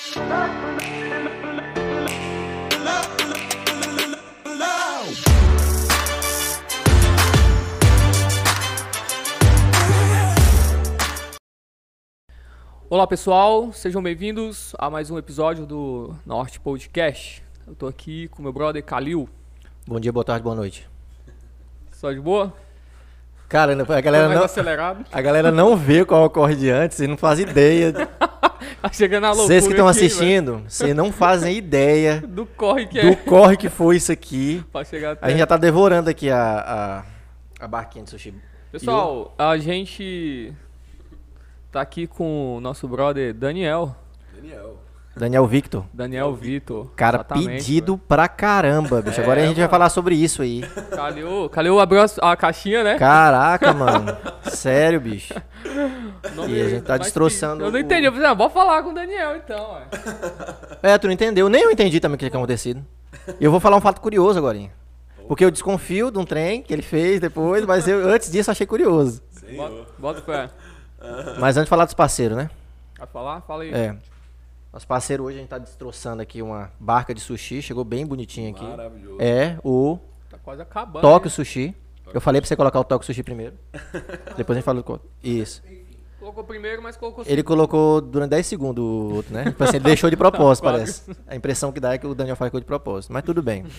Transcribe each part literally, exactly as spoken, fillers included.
Olá pessoal, sejam bem-vindos a mais um episódio do Norte Podcast. Eu tô aqui com meu brother Kalil. Bom dia, boa tarde, boa noite. Só de boa? Cara, a galera, mais não, acelerado. a galera não vê qual ocorre de antes e não faz ideia. Tá chegando a loucura. Vocês que estão aqui, assistindo, vocês não fazem ideia do corre que do é. corre que foi isso aqui. Pra chegar até... A gente já tá devorando aqui a, a, a barquinha de sushi. Pessoal, a gente tá aqui com o nosso brother Daniel. Daniel. Daniel Victor. Daniel Vitor. Cara, exatamente, pedido mano. pra caramba, bicho. É, Agora a gente mano. vai falar sobre isso aí. Kalil, Kalil abriu a, a caixinha, né? Caraca, mano. Sério, bicho. Nome- E a gente tá mas destroçando que- Eu não o- entendi, eu falei, ah, bora falar com o Daniel então, ué. É, tu não entendeu. Nem eu entendi também o que tinha acontecido. E eu vou falar um fato curioso agora. Porque eu desconfio de um trem que ele fez depois, mas eu antes disso achei curioso. Bota, bota o pé. Mas antes de falar dos parceiros, né? Vai falar? Fala aí. É. Nosso parceiro hoje a gente tá destroçando aqui uma barca de sushi, chegou bem bonitinho aqui. Maravilhoso. É, o Tá quase acabando. Tóquio né? Sushi. Eu falei pra você colocar o Tóquio Sushi primeiro. Depois a gente fala do... Isso. Colocou primeiro, mas colocou Ele colocou durante dez segundos o outro, né? Tipo assim, ele deixou de propósito, Quase. parece. A impressão que dá é que o Daniel faz de propósito, mas tudo bem.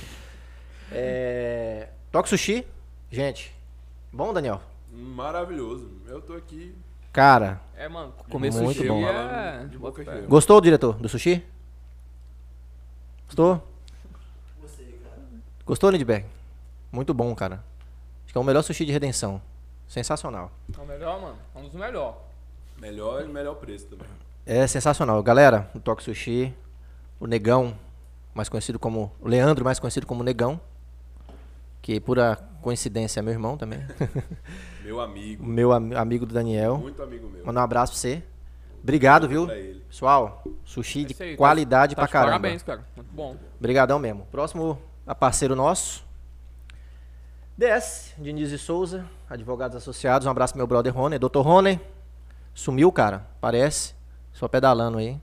É... Tóquio Sushi, gente. Bom, Daniel? Maravilhoso. Eu tô aqui. Cara, É, mano, comer Muito sushi bom. é... De boca Bota fé. cheia. gostou, diretor, do sushi? Gostou? Gostou, Lidberg? Muito bom, cara. Acho que é o melhor sushi de redenção. Sensacional. É o melhor, mano. É um dos melhores. Melhor e melhor preço também. É sensacional. Galera, o Tóquio Sushi, o Negão, mais conhecido como... O Leandro, mais conhecido como Negão. Que, pura coincidência, é meu irmão também. Meu amigo. Meu am- amigo do Daniel. Muito amigo meu. Mandar um abraço pra você. Obrigado, viu? Pra ele. Pessoal, sushi de Isso aí, tá- qualidade tá pra de caramba. Parabéns, cara. Muito bom. Obrigadão mesmo. Próximo a parceiro nosso. D S, Diniz de Souza, advogados associados. Um abraço pro meu brother Rony. doutor Rony. Sumiu, cara. Parece. Só pedalando aí.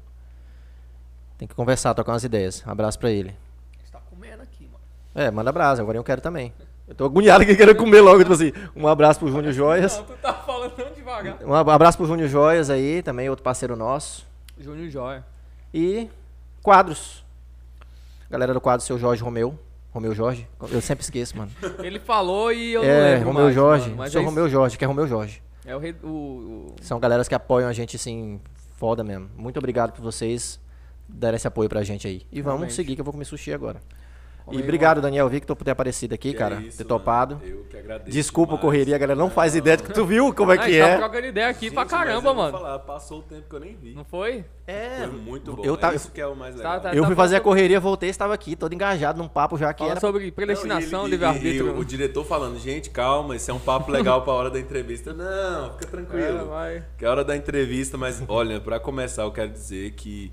Tem que conversar, trocar umas ideias. Um abraço pra ele. Você tá comendo aqui, mano. É, manda abraço. Agora eu quero também. Eu tô agoniado que quero comer logo. Tipo assim, um abraço pro Júnior Joias. Não, tu tá falando tão devagar. Um abraço pro Júnior Joias aí, também outro parceiro nosso. Júnior Joia. E quadros. Galera do quadro, seu Jorge Romeu. Romeu Jorge. Eu sempre esqueço, mano. Ele falou e eu não É, lembro Romeu mais, Jorge. mano, mas Seu é isso. Romeu Jorge, que é Romeu Jorge. É o rei... O, o... São galeras que apoiam a gente, assim, foda mesmo. Muito obrigado por vocês darem esse apoio pra gente aí. E vamos Realmente. seguir que eu vou comer sushi agora. Comer e obrigado, Daniel Victor, por ter aparecido aqui, Que cara. é isso, ter topado. mano. Eu que agradeço. Desculpa a demais. correria, a galera não faz ideia de que tu viu como é Ah, a que gente tá é. trocando ideia aqui Gente, pra mas caramba, eu vou mano. falar, passou o tempo que eu nem vi. Não foi? É, Foi muito bom. eu tava- É isso que é o mais legal. Tá, tá. eu fui fazer a falando- correria, voltei, estava aqui, todo engajado num papo já que Fala era... sobre predestinação, Não, e ele- e- livre-arbítrio. e o, o diretor falando, gente, calma, esse é um papo legal pra hora da entrevista. Não, fica É, tranquilo. vai. Que é a hora da entrevista, mas olha, pra começar eu quero dizer que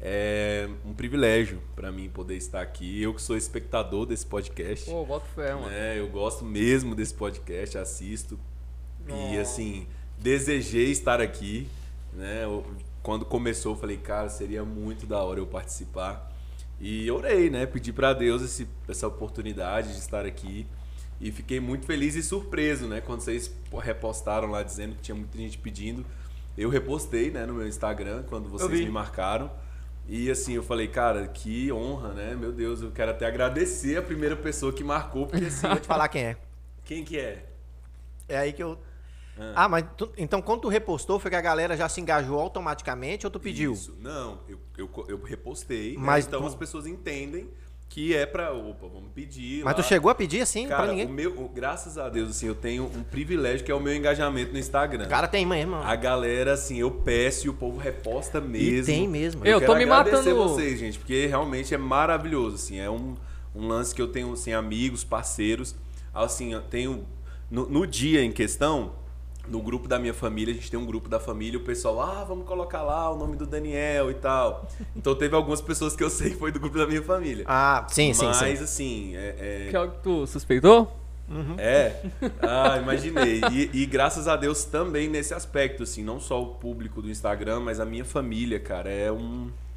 é um privilégio pra mim poder estar aqui. Eu que sou espectador desse podcast, Pô, bota fé, mano. né? Eu gosto mesmo desse podcast, assisto. E Nossa. assim, desejei estar aqui, né? Eu- quando começou, eu falei, cara, seria muito da hora eu participar. E orei, né? Pedi pra Deus esse, essa oportunidade de estar aqui. E fiquei muito feliz e surpreso, né? Quando vocês repostaram lá dizendo que tinha muita gente pedindo. Eu repostei, né, no meu Instagram, quando vocês vi. me marcaram. E assim, eu falei, cara, que honra, né? Meu Deus, eu quero até agradecer a primeira pessoa que marcou, porque assim, Vou te falar quem é. quem que é? É aí que eu... Ah, mas tu- então quando tu repostou, foi que a galera já se engajou automaticamente ou tu pediu? Isso. Não, eu, eu, eu repostei, né? Mas Então tu- as pessoas entendem que é pra, opa, vamos pedir Mas lá. tu chegou a pedir assim Cara, pra ninguém? o meu, o- graças a Deus, assim, eu tenho um privilégio que é o meu engajamento no Instagram. O cara tem mesmo. A galera, assim, eu peço e o povo reposta mesmo. E tem mesmo. Eu Eu, tô quero me agradecer matando- vocês, gente, porque realmente é maravilhoso, assim, é um, um lance que eu tenho, assim, amigos, parceiros, assim, eu tenho, no, no dia em questão, no grupo da minha família, a gente tem um grupo da família, o pessoal, ah, vamos colocar lá o nome do Daniel e tal. Então teve algumas pessoas que eu sei que foi do grupo da minha família. Ah, sim, sim, Mas, sim. assim, é... é- Que é o que tu suspeitou? é, ah, imaginei. E, e graças a Deus também nesse aspecto, assim, não só o público do Instagram, mas a minha família, cara, é um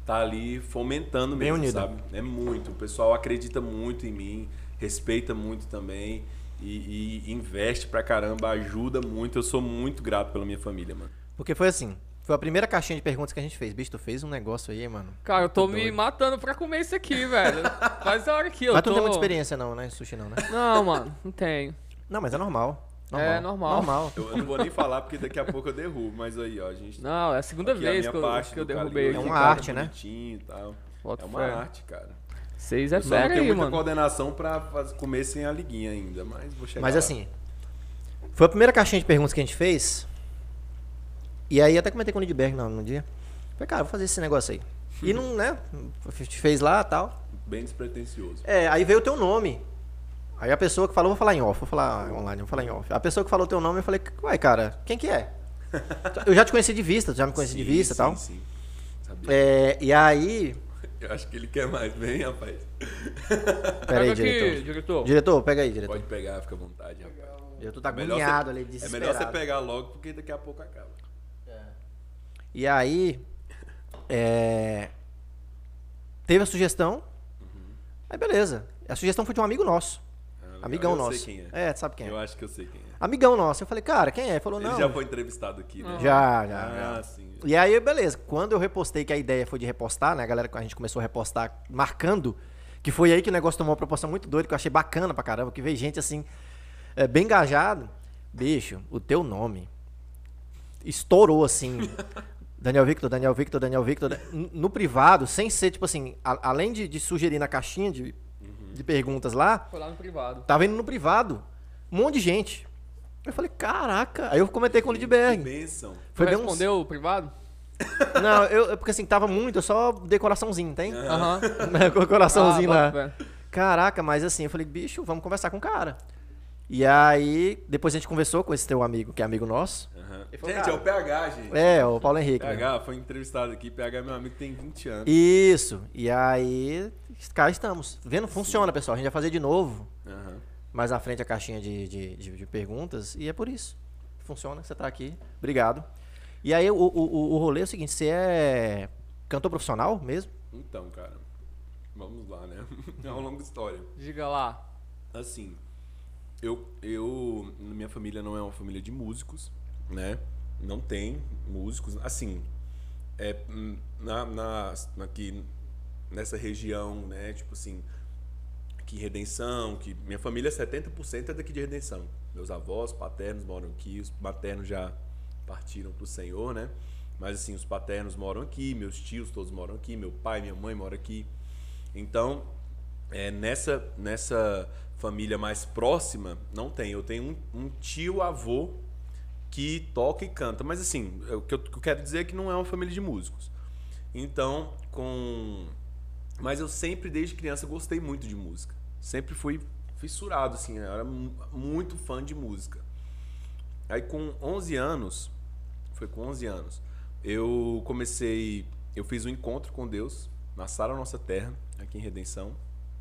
tá ali fomentando Bem mesmo, unida. sabe? É muito. O pessoal acredita muito em mim, respeita muito também e, e investe pra caramba, ajuda muito. Eu sou muito grato pela minha família, mano. Porque foi assim, foi a primeira caixinha de perguntas que a gente fez. Bicho, tu fez um negócio aí, mano. Cara, eu tô Muito me doido. matando pra comer isso aqui, velho. Faz a hora aqui, eu Mas tu tô... não tem muita experiência não, né? Em sushi não, né? Não, mano, não tenho. Não, mas é normal. normal. É normal. Normal. Eu, eu não vou nem falar porque daqui a pouco eu derrubo, mas aí, ó, a gente... Não, é a segunda aqui a vez minha que eu, parte que eu do derrubei Calil, É aqui. uma cara. arte, né? bonitinho e tal. Bota É uma fé. arte, cara. Vocês é Eu só não fera tenho aí, muita mano. coordenação pra faz- comer sem a liguinha ainda, mas vou chegar Mas lá. assim, foi a primeira caixinha de perguntas que a gente fez. E aí até comentei com o Lidberg no, no dia. Falei, cara, vou fazer esse negócio aí. E não, né? A gente fez lá e tal. Bem despretensioso. É, aí veio o teu nome. Aí a pessoa que falou, vou falar em off, vou falar online, vou falar em off. A pessoa que falou o teu nome, eu falei, uai, cara, quem que é? Eu já te conheci de vista, tu já me conheci de Sim, vista e sim, tal. Sim, sabia. É, e aí. Eu acho que ele quer mais, bem, rapaz. Pera aí, Pega aqui, diretor. diretor. Diretor, pega aí, diretor. Pode pegar, fica à vontade, rapaz. O diretor tá É melhor agoniado você- ali, É melhor desesperado. você pegar logo, porque daqui a pouco acaba. E aí, é, teve a sugestão, aí beleza. A sugestão foi de um amigo nosso, Ah, amigão eu nosso. sei quem é. É, tu sabe quem é. Eu acho que eu sei quem é. Amigão nosso. Eu falei, cara, quem é? Ele falou, Ele não. já foi entrevistado aqui, né? Já, já, Ah, já. sim. E aí, beleza. Quando eu repostei, que a ideia foi de repostar, né? A galera, a gente começou a repostar marcando, que foi aí que o negócio tomou uma proporção muito doida, que eu achei bacana pra caramba, que veio gente assim, é, bem engajado. Bicho, o teu nome estourou assim. Daniel Victor, Daniel Victor, Daniel Victor. n- No privado, sem ser, tipo assim, a- além de, de sugerir na caixinha de, de perguntas lá, Foi lá no privado. tava indo no privado. Um monte de gente. Eu falei, caraca. Aí eu comentei com o Que Lidberg. bênção. Foi Tu bem uns... respondeu o privado? Não, eu, é porque assim, tava muito, eu só dei coraçãozinho, tem? Aham. Com o coraçãozinho Ah, lá. bota fé. Caraca, mas assim, eu falei, bicho, vamos conversar com o cara. E aí, depois a gente conversou com esse teu amigo, que é amigo nosso. Aham. Ele falou, Gente, cara, é o P H, gente. É, o Paulo Henrique. né? P H foi entrevistado aqui. P H é meu amigo, tem vinte anos. Isso. E aí, cá estamos. Vendo? Funciona, pessoal. A gente vai fazer de novo. Aham. Mais à frente a caixinha de, de, de- de perguntas. E é por isso. Funciona, você tá aqui. Obrigado. E aí, o, o, o- o rolê é o seguinte, você é cantor profissional mesmo? Então, cara, vamos lá, né? É uma longa história. Diga lá. Assim, eu, eu, minha família não é uma família de músicos, né? Não tem músicos. Assim, é, hum, na, na, aqui nessa região, né? Tipo assim, aqui em Redenção, que minha família setenta por cento é daqui de Redenção. Meus avós paternos moram aqui, os maternos já partiram pro Senhor, né? Mas assim, os paternos moram aqui, meus tios todos moram aqui, meu pai, minha mãe moram aqui. Então, é, nessa, nessa família mais próxima, não tem. Eu tenho um, um tio-avô que toca e canta. Mas assim, o que eu, o que eu quero dizer é que não é uma família de músicos. Então, com... Mas eu sempre, desde criança, gostei muito de música. Sempre fui fissurado, assim. Eu era mu- muito fã de música. Aí, com onze anos... Foi com onze anos. Eu comecei... Eu fiz um encontro com Deus na Sara Nossa Terra, aqui em Redenção.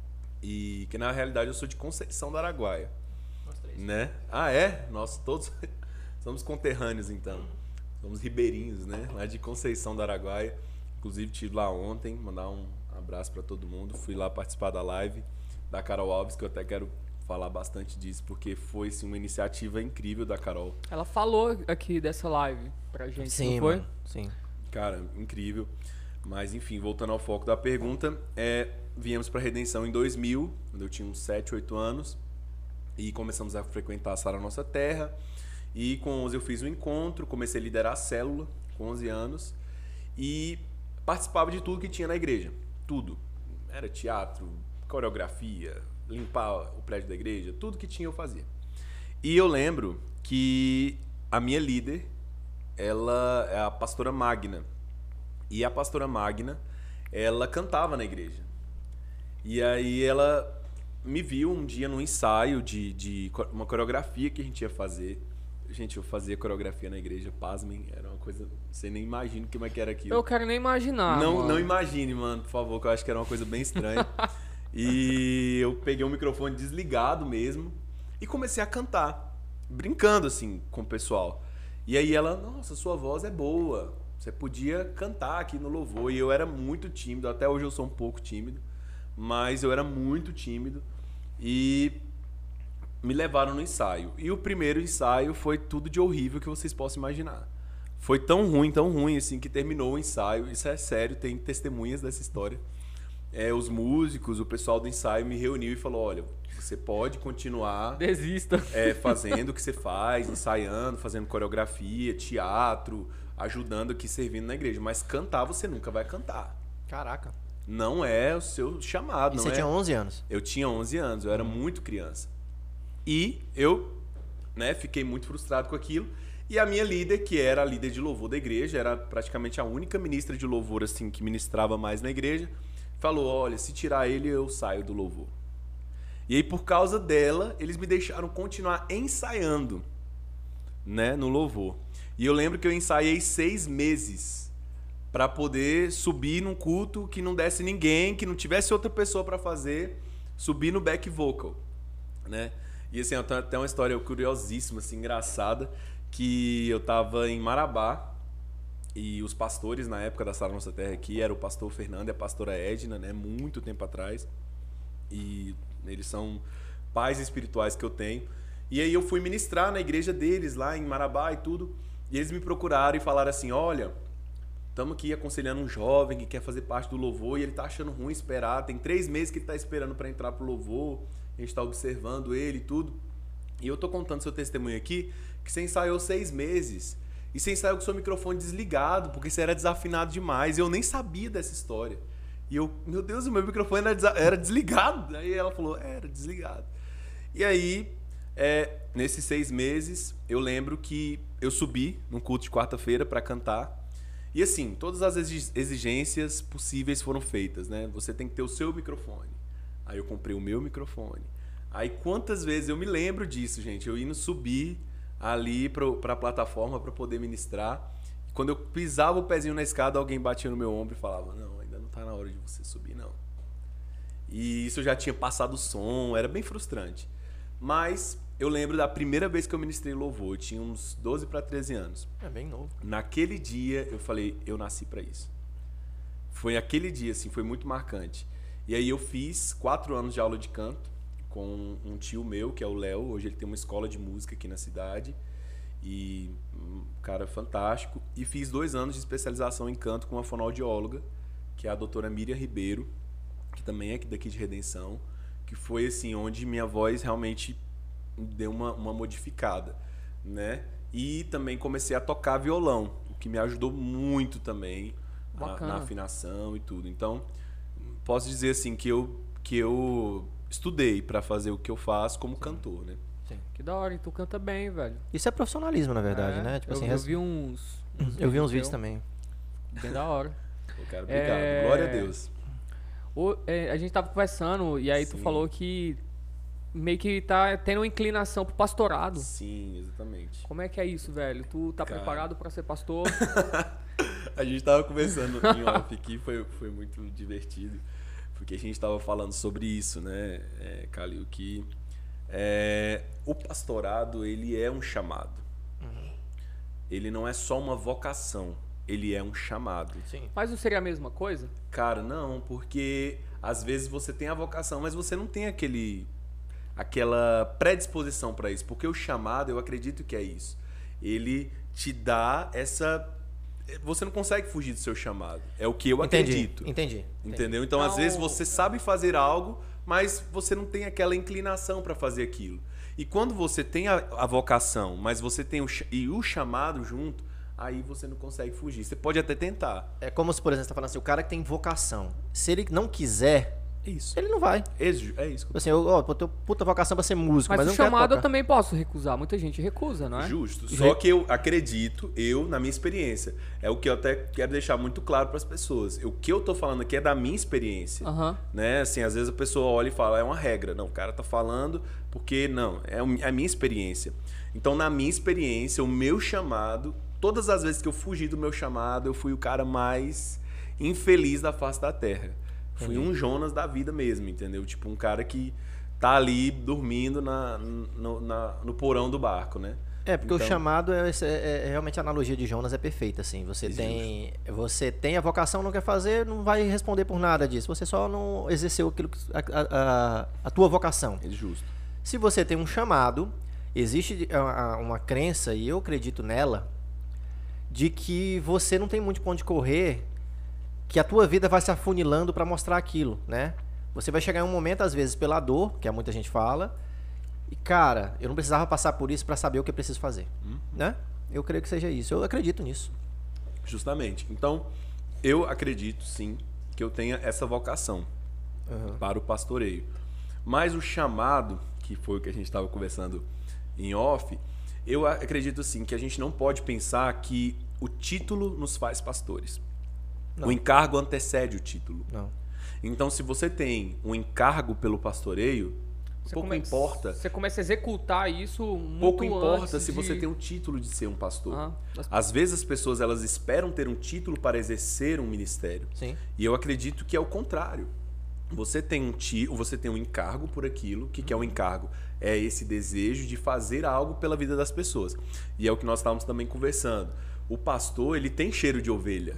E que, na realidade, eu sou de Conceição do Araguaia. Né? Ah, é? Nós todos somos conterrâneos, então. Somos ribeirinhos, né? Lá de Conceição do Araguaia. Inclusive, estive lá ontem. Mandar um abraço para todo mundo. Fui lá participar da live da Carol Alves, que eu até quero falar bastante disso, porque foi assim, uma iniciativa incrível da Carol. Ela falou aqui dessa live pra gente, Sim, não foi? mano. Sim. Cara, incrível. Mas, enfim, voltando ao foco da pergunta, é, viemos para Redenção em dois mil, quando eu tinha uns sete, oito anos, e começamos a frequentar a Sara Nossa Terra. E com onze eu fiz um encontro, comecei a liderar a célula, com onze anos, e participava de tudo que tinha na igreja. Tudo. Era teatro, coreografia, limpar o prédio da igreja, tudo que tinha eu fazia. E eu lembro que a minha líder, ela é a pastora Magna. E a pastora Magna, ela cantava na igreja. E aí ela me viu um dia num ensaio de, de co- uma coreografia que a gente ia fazer. Gente, eu fazia coreografia na igreja, pasmem, era uma coisa... Você nem imagina como é que era aquilo. Eu quero nem imaginar. não, mano. não imagine, mano, por favor, que eu acho que era uma coisa bem estranha. E eu peguei o microfone desligado mesmo e comecei a cantar, brincando assim com o pessoal. E aí ela, nossa, sua voz é boa. Você podia cantar aqui no louvor. E eu era muito tímido, até hoje eu sou um pouco tímido, mas eu era muito tímido. E me levaram no ensaio. E o primeiro ensaio foi tudo de horrível que vocês possam imaginar. Foi tão ruim, tão ruim, assim, que terminou o ensaio. Isso é sério, tem testemunhas dessa história. É, os músicos, o pessoal do ensaio me reuniu e falou, olha, você pode continuar Desista. É, fazendo o que você faz, ensaiando, fazendo coreografia, teatro, ajudando aqui, servindo na igreja. Mas cantar você nunca vai cantar. Caraca. Não é o seu chamado. E não você é... tinha onze anos? Eu tinha onze anos, eu era Uhum. muito criança. E eu, né, fiquei muito frustrado com aquilo. E a minha líder, que era a líder de louvor da igreja, era praticamente a única ministra de louvor assim que ministrava mais na igreja, falou, olha, se tirar ele, eu saio do louvor. E aí, por causa dela, eles me deixaram continuar ensaiando, né, no louvor. E eu lembro que eu ensaiei seis meses para poder subir num culto que não desse ninguém, que não tivesse outra pessoa para fazer, subir no back vocal, né? E assim, tem até uma história curiosíssima, assim, engraçada, que eu tava em Marabá e os pastores na época da Sara Nossa Terra aqui era o pastor Fernando e a pastora Edna, né? Muito tempo atrás. E eles são pais espirituais que eu tenho. E aí eu fui ministrar na igreja deles lá em Marabá e tudo. E eles me procuraram e falaram assim, olha, estamos aqui aconselhando um jovem que quer fazer parte do louvor e ele tá achando ruim esperar. Tem três meses que ele tá esperando para entrar pro louvor. A gente tá observando ele e tudo. E eu tô contando seu testemunho aqui, que você ensaiou seis meses. E você ensaiou com o seu microfone desligado, porque você era desafinado demais. Eu nem sabia dessa história. E eu, meu Deus, o meu microfone era, desa- era desligado. Aí ela falou, é, era desligado. E aí, é, nesses seis meses, eu lembro que eu subi num culto de quarta-feira para cantar. E assim, todas as exi- exigências possíveis foram feitas, né? Você tem que ter o seu microfone. Aí eu comprei o meu microfone. Aí quantas vezes eu me lembro disso, gente? Eu indo subir ali para a plataforma para poder ministrar. E quando eu pisava o pezinho na escada, alguém batia no meu ombro e falava, não, ainda não tá na hora de você subir, não. E isso eu já tinha passado o som, era bem frustrante. Mas eu lembro da primeira vez que eu ministrei louvor, eu tinha uns doze para treze anos. É bem novo. Naquele dia eu falei, eu nasci para isso. Foi aquele dia, assim, foi muito marcante. E aí eu fiz quatro anos de aula de canto com um tio meu, que é o Léo. Hoje ele tem uma escola de música aqui na cidade. E um cara fantástico. E fiz dois anos de especialização em canto com uma fonoaudióloga, que é a doutora Miriam Ribeiro, que também é daqui de Redenção. Que foi, assim, onde minha voz realmente deu uma, uma modificada, né? E também comecei a tocar violão, o que me ajudou muito também na, na afinação e tudo. Então, posso dizer assim que eu, que eu estudei para fazer o que eu faço como cantor, né? Sim. Que da hora, e tu canta bem, velho. Isso é profissionalismo, na verdade, É, né? Tipo eu, assim, eu res- vi uns, uns eu vi uns vídeos teu, também. bem da hora. Pô, cara, obrigado. É, Glória a Deus. O- é, a gente tava conversando e aí tu Sim. falou que meio que tá tendo uma inclinação pro pastorado. Sim, exatamente. Como é que é isso, velho? Tu tá Cara. preparado pra ser pastor? A gente tava conversando em off aqui, foi, foi muito divertido, porque a gente tava falando sobre isso, né, é, Calil, que é, o pastorado, ele é um chamado. Uhum. Ele não é só uma vocação, ele é um chamado. Sim. Mas não seria a mesma coisa? Cara, não, porque às vezes você tem a vocação, mas você não tem aquele, aquela predisposição para isso, porque o chamado, eu acredito que é isso. Ele te dá essa... Você não consegue fugir do seu chamado. É o que eu Entendi, acredito. entendi. Entendeu? Então, às Então- vezes, você sabe fazer algo, mas você não tem aquela inclinação para fazer aquilo. E quando você tem a, a vocação, mas você tem o, cha- e o chamado junto, aí você não consegue fugir. Você pode até tentar. É como se, por exemplo, você tá falando assim, o cara que tem vocação, se ele não quiser, É isso. ele não vai. É isso. É isso. Tipo assim, eu, ó, eu tenho puta vocação pra ser músico, Mas, mas, o eu não quero chamado eu tocar. também posso recusar. Muita gente recusa, não é? Justo. Só que eu acredito, eu, na minha experiência, é o que eu até quero deixar muito claro para as pessoas. O que eu tô falando aqui é da minha experiência. Aham. Né? Assim, às vezes a pessoa olha e fala, é uma regra. Não, o cara tá falando porque não, é o- é a minha experiência. Então, na minha experiência, o meu chamado, todas as vezes que eu fugi do meu chamado, eu fui o cara mais infeliz da face da terra. Fui um Jonas da vida mesmo, entendeu? Tipo, um cara que tá ali dormindo na, no, na- no porão do barco, né? É, porque Então- o chamado é, esse- é- é realmente a analogia de Jonas é perfeita, assim. Você Justo. tem, você tem a vocação, não quer fazer, não vai responder por nada disso. Você só não exerceu aquilo que, a, a- a- a tua vocação. É justo. Se você tem um chamado, existe uma, uma crença, e eu acredito nela, de que você não tem muito pra onde correr, que a tua vida vai se afunilando para mostrar aquilo, né? Você vai chegar em um momento, às vezes, pela dor, que muita gente fala, e, cara, eu não precisava passar por isso para saber o que eu preciso fazer, né? Eu creio que seja isso. Eu acredito nisso. Justamente. Então, eu acredito, sim, que eu tenha essa vocação Uhum. para o pastoreio. Mas o chamado, que foi o que a gente estava conversando em off, eu acredito, sim, que a gente não pode pensar que o título nos faz pastores. Não. O encargo antecede o título. Não. Então, se você tem um encargo pelo pastoreio, Você pouco come- importa. Você começa a executar isso muito Pouco importa antes se você de- tem um título de ser um pastor. Ah, das- Às vezes as pessoas elas esperam ter um título para exercer um ministério. Sim. E eu acredito que é o contrário. Você tem um ti, você tem um encargo por aquilo. O que, que é um encargo? É esse desejo de fazer algo pela vida das pessoas. E é o que nós estávamos também conversando. O pastor, ele tem cheiro de ovelha.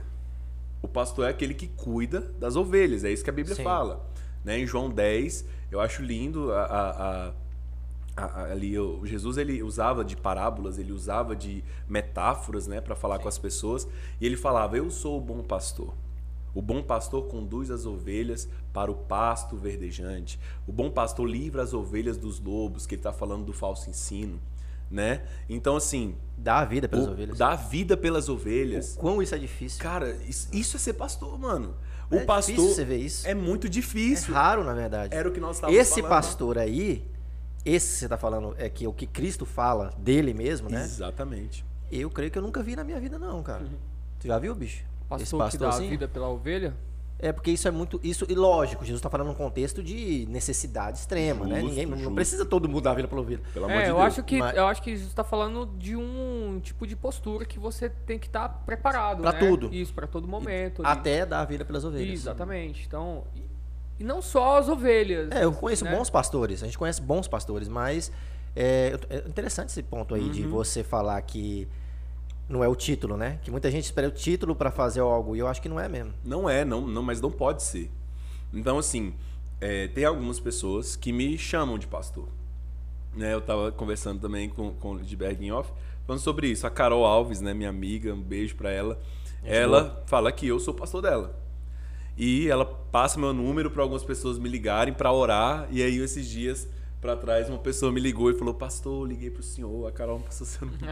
O pastor é aquele que cuida das ovelhas. É isso que a Bíblia Sim. fala. Né? Em João dez, eu acho lindo a, a, a- a- a- ali o Jesus ele usava de parábolas, ele usava de metáforas, né, para falar com as pessoas. E ele falava: eu sou o bom pastor. O bom pastor conduz as ovelhas para o pasto verdejante. O bom pastor livra as ovelhas dos lobos, que ele está falando do falso ensino, né? Então, assim, Dá a vida pelas o- ovelhas. dá vida pelas ovelhas. O quão isso é difícil. Cara, isso, isso é ser pastor, mano. O É pastor difícil você ver isso. é muito É difícil. raro, na verdade. Era o que nós estávamos Esse falando. pastor aí, esse que você está falando, é que o que Cristo fala dele mesmo, né? Exatamente. Eu creio que eu nunca vi na minha vida, não, cara. Tu já viu, bicho? Esse pastor que dá a pastorzinho? vida pela ovelha. É, porque isso é muito. Isso, e lógico, Jesus está falando num contexto de necessidade extrema, né? Justo, Ninguém, não justo. precisa todo mundo dar a vida pela ovelha. Pelo amor É, de eu Deus. acho que Mas- eu acho que Jesus está falando de um tipo de postura que você tem que estar preparado, Pra né? tudo. Isso, para todo momento. ali. Até dar a vida pelas ovelhas. Exatamente. Então, e, e não só as ovelhas. É, eu conheço né? bons pastores, a gente conhece bons pastores, mas é, é interessante esse ponto aí de você falar que não é o título, né? Que muita gente espera o título para fazer algo, e eu acho que não é mesmo. Não é, não, não, mas não pode ser. Então, assim, é, tem algumas pessoas que me chamam de pastor. Né, eu tava conversando também com, com o Lidberg em off, falando sobre isso. A Carol Alves, né, minha amiga, um beijo pra ela. Ela fala que eu sou pastor dela. E ela passa meu número para algumas pessoas me ligarem para orar. E aí, esses dias pra trás, uma pessoa me ligou e falou: pastor, liguei pro senhor, a Carol não passou seu número.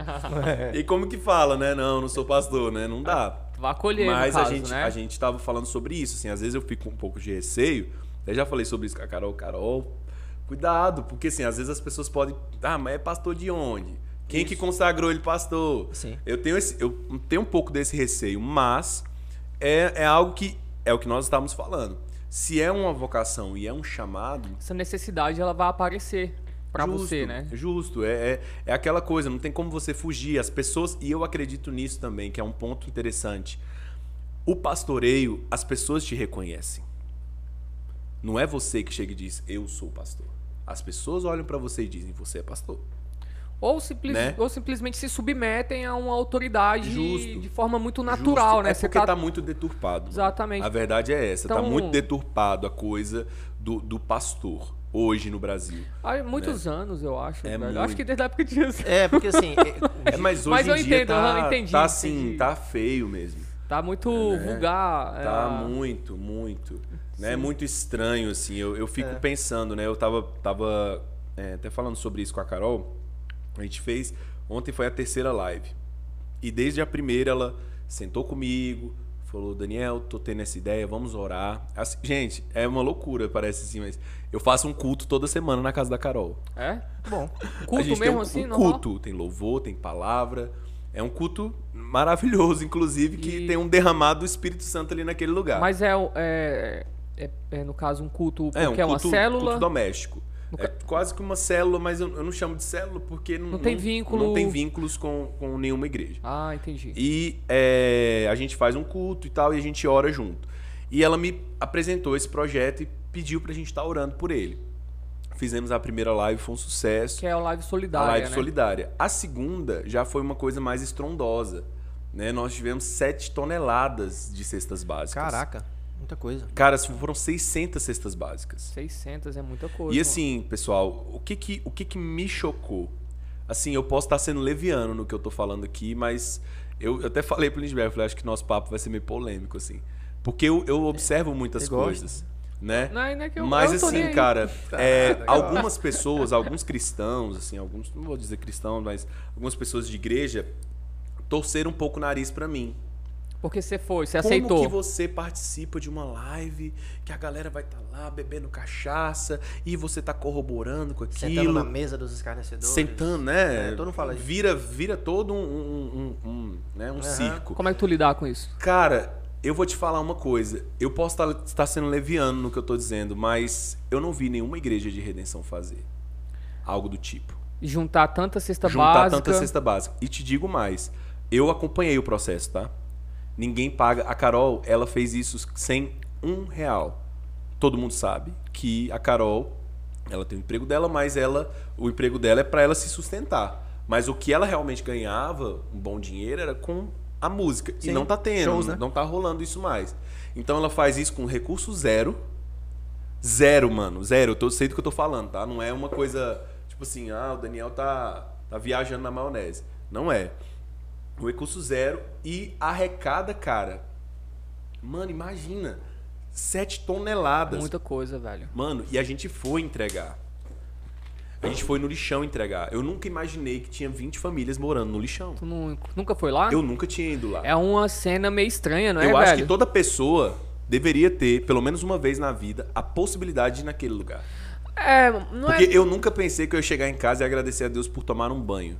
E como que fala, né? Não, não sou pastor, né? Não dá. Vai acolher, Mas no caso, a gente né? a gente tava falando sobre isso, assim, às vezes eu fico com um pouco de receio. Até já falei sobre isso com a Carol. Carol, cuidado, porque assim, às vezes as pessoas podem, ah, mas é pastor de onde? Quem que consagrou ele pastor? Sim. Eu tenho esse, eu tenho um pouco desse receio, mas é, é algo que é o que nós estávamos falando. Se é uma vocação e é um chamado, Essa necessidade ela vai aparecer pra justo, você, né? Justo, é, é, é aquela coisa, não tem como você fugir. As pessoas, e eu acredito nisso também, que é um ponto interessante. O pastoreio, as pessoas te reconhecem. Não é você que chega e diz, eu sou pastor. As pessoas olham pra você e dizem, você é pastor. Ou, simples, Né? ou simplesmente se submetem a uma autoridade Justo. de forma muito natural, Justo. né? É Você porque tá... tá- muito deturpado. mano. Exatamente. A verdade é essa, tá Então- muito deturpado a coisa do, do pastor hoje no Brasil. Há muitos anos, eu acho. É velho. Eu muito. acho que desde a época de Jesus. É, porque assim. É, mas hoje Mas eu em dia entendo, tá, aham, entendi, tá assim, entendi. tá feio mesmo. Tá muito vulgar. Tá é, muito, muito. Né? Muito estranho, assim. Eu, eu fico pensando, né? Eu tava, tava é, até falando sobre isso com a Carol. A gente fez... Ontem foi a terceira live. E desde a primeira ela sentou comigo, falou, Daniel, tô tendo essa ideia, vamos orar. Assim, gente, é uma loucura, parece assim, mas eu faço um culto toda semana na casa da Carol. É? Bom, A Culto gente mesmo tem um, assim, um normal? culto, tem louvor, tem palavra. É um culto maravilhoso, inclusive, que E- tem um derramado do Espírito Santo ali naquele lugar. Mas é, é, é, é, no caso, um culto porque É um é uma culto, célula. culto doméstico. No É quase que uma célula, mas eu, eu não chamo de célula porque não, Não tem vínculo- não tem vínculos com, com nenhuma igreja. Ah, entendi. E é, a gente faz um culto e tal, e a gente ora junto. E ela me apresentou esse projeto e pediu pra gente estar orando por ele. fizemos a primeira live, foi um sucesso. Que é a live solidária, A live né? solidária. A segunda já foi uma coisa mais estrondosa, né? Nós tivemos sete toneladas de cestas básicas. Caraca, muita coisa. Cara, foram seiscentas cestas básicas. seiscentas é muita coisa. E assim, pessoal, o que que, o que que me chocou? Assim, eu posso estar sendo leviano no que eu tô falando aqui, mas eu, eu até falei pro Lindbergh, eu falei, acho que nosso papo vai ser meio polêmico, assim. Porque eu, eu observo muitas Você gosta? coisas, né? Não, não é que eu- mas eu tô nem assim, aí. cara, é, Cara, algumas pessoas, alguns cristãos, assim, alguns, não vou dizer cristãos, mas algumas pessoas de igreja torceram um pouco o nariz pra mim. Porque você foi, você Como aceitou. que você participa de uma live que a galera vai estar lá bebendo cachaça e você tá corroborando com aquilo? Sentando na mesa dos escarnecedores. Sentando, né? É, todo mundo fala isso. Vira, vira todo um, um, um, um, né? um Aham. circo. Como é que tu lidar com isso? Cara, eu vou te falar uma coisa. Eu posso estar, estar sendo leviano no que eu tô dizendo, mas eu não vi nenhuma igreja de redenção fazer algo do tipo. Juntar tanta cesta Juntar básica. tanta cesta básica. E te digo mais, eu acompanhei o processo, tá? Ninguém paga. A Carol, ela fez isso sem um real. Todo mundo sabe que a Carol, ela tem o emprego dela, mas ela, o emprego dela é para ela se sustentar. Mas o que ela realmente ganhava, um bom dinheiro, era com a música. Sim, E não tá tendo, shows, né? não tá rolando isso mais. Então ela faz isso com recurso zero. Zero, mano. Zero. Eu tô, sei do que eu tô falando, tá? Não é uma coisa tipo assim, ah, o Daniel tá, tá viajando na maionese. Não é. O recurso zero e arrecada, cara. Mano, imagina. Sete toneladas. Muita coisa, velho. Mano, e a gente foi entregar. A gente foi no lixão entregar. Eu nunca imaginei que tinha vinte famílias morando no lixão. Tu nu- nunca foi lá? Eu nunca tinha ido lá. É uma cena meio estranha, não é, Eu velho? acho que toda pessoa deveria ter, pelo menos uma vez na vida, a possibilidade de ir naquele lugar. É, não Porque é... eu nunca pensei que eu ia chegar em casa e agradecer a Deus por tomar um banho.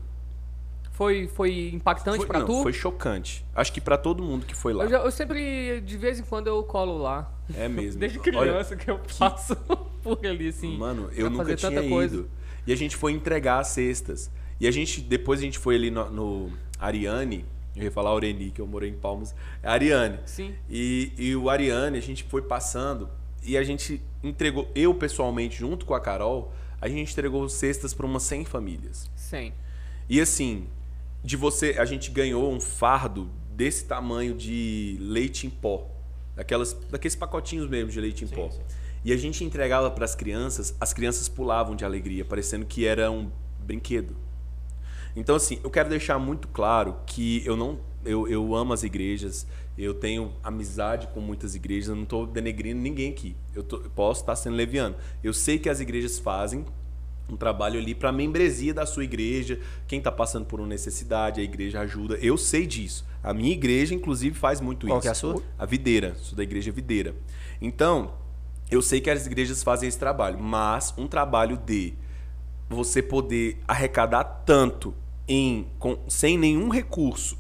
Foi, foi impactante Foi, pra não, tu? foi chocante. Acho que pra todo mundo que foi lá. Eu, já- eu sempre, de vez em quando, eu colo lá. É mesmo. Desde Olha, criança que eu passo por ali, assim. mano, eu pra nunca fazer tinha tanta ido. coisa. E a gente foi entregar as cestas. E a gente, depois a gente foi ali no, no Ariane. Eu ia falar Aureni, que eu morei em Palmas. É Ariane. Sim. E, e o Ariane, a gente foi passando e a gente entregou, eu pessoalmente, junto com a Carol, a gente entregou cestas para umas cem famílias. Sim. E assim, de você, a gente ganhou um fardo desse tamanho de leite em pó. Daquelas, daqueles pacotinhos mesmo de leite em Sim, pó. sim. E a gente entregava para as crianças, as crianças pulavam de alegria, parecendo que era um brinquedo. Então, assim, eu quero deixar muito claro que eu não, eu, eu amo as igrejas, eu tenho amizade com muitas igrejas, eu não estou denegrindo ninguém aqui. Eu, tô, eu posso estar sendo leviano. Eu sei que as igrejas fazem um trabalho ali para a membresia da sua igreja, quem está passando por uma necessidade, a igreja ajuda. Eu sei disso. A minha igreja, inclusive, faz muito Qual isso. que é a sua? A Videira, sou da igreja Videira. Então, eu sei que as igrejas fazem esse trabalho, mas um trabalho de você poder arrecadar tanto em, com, sem nenhum recurso,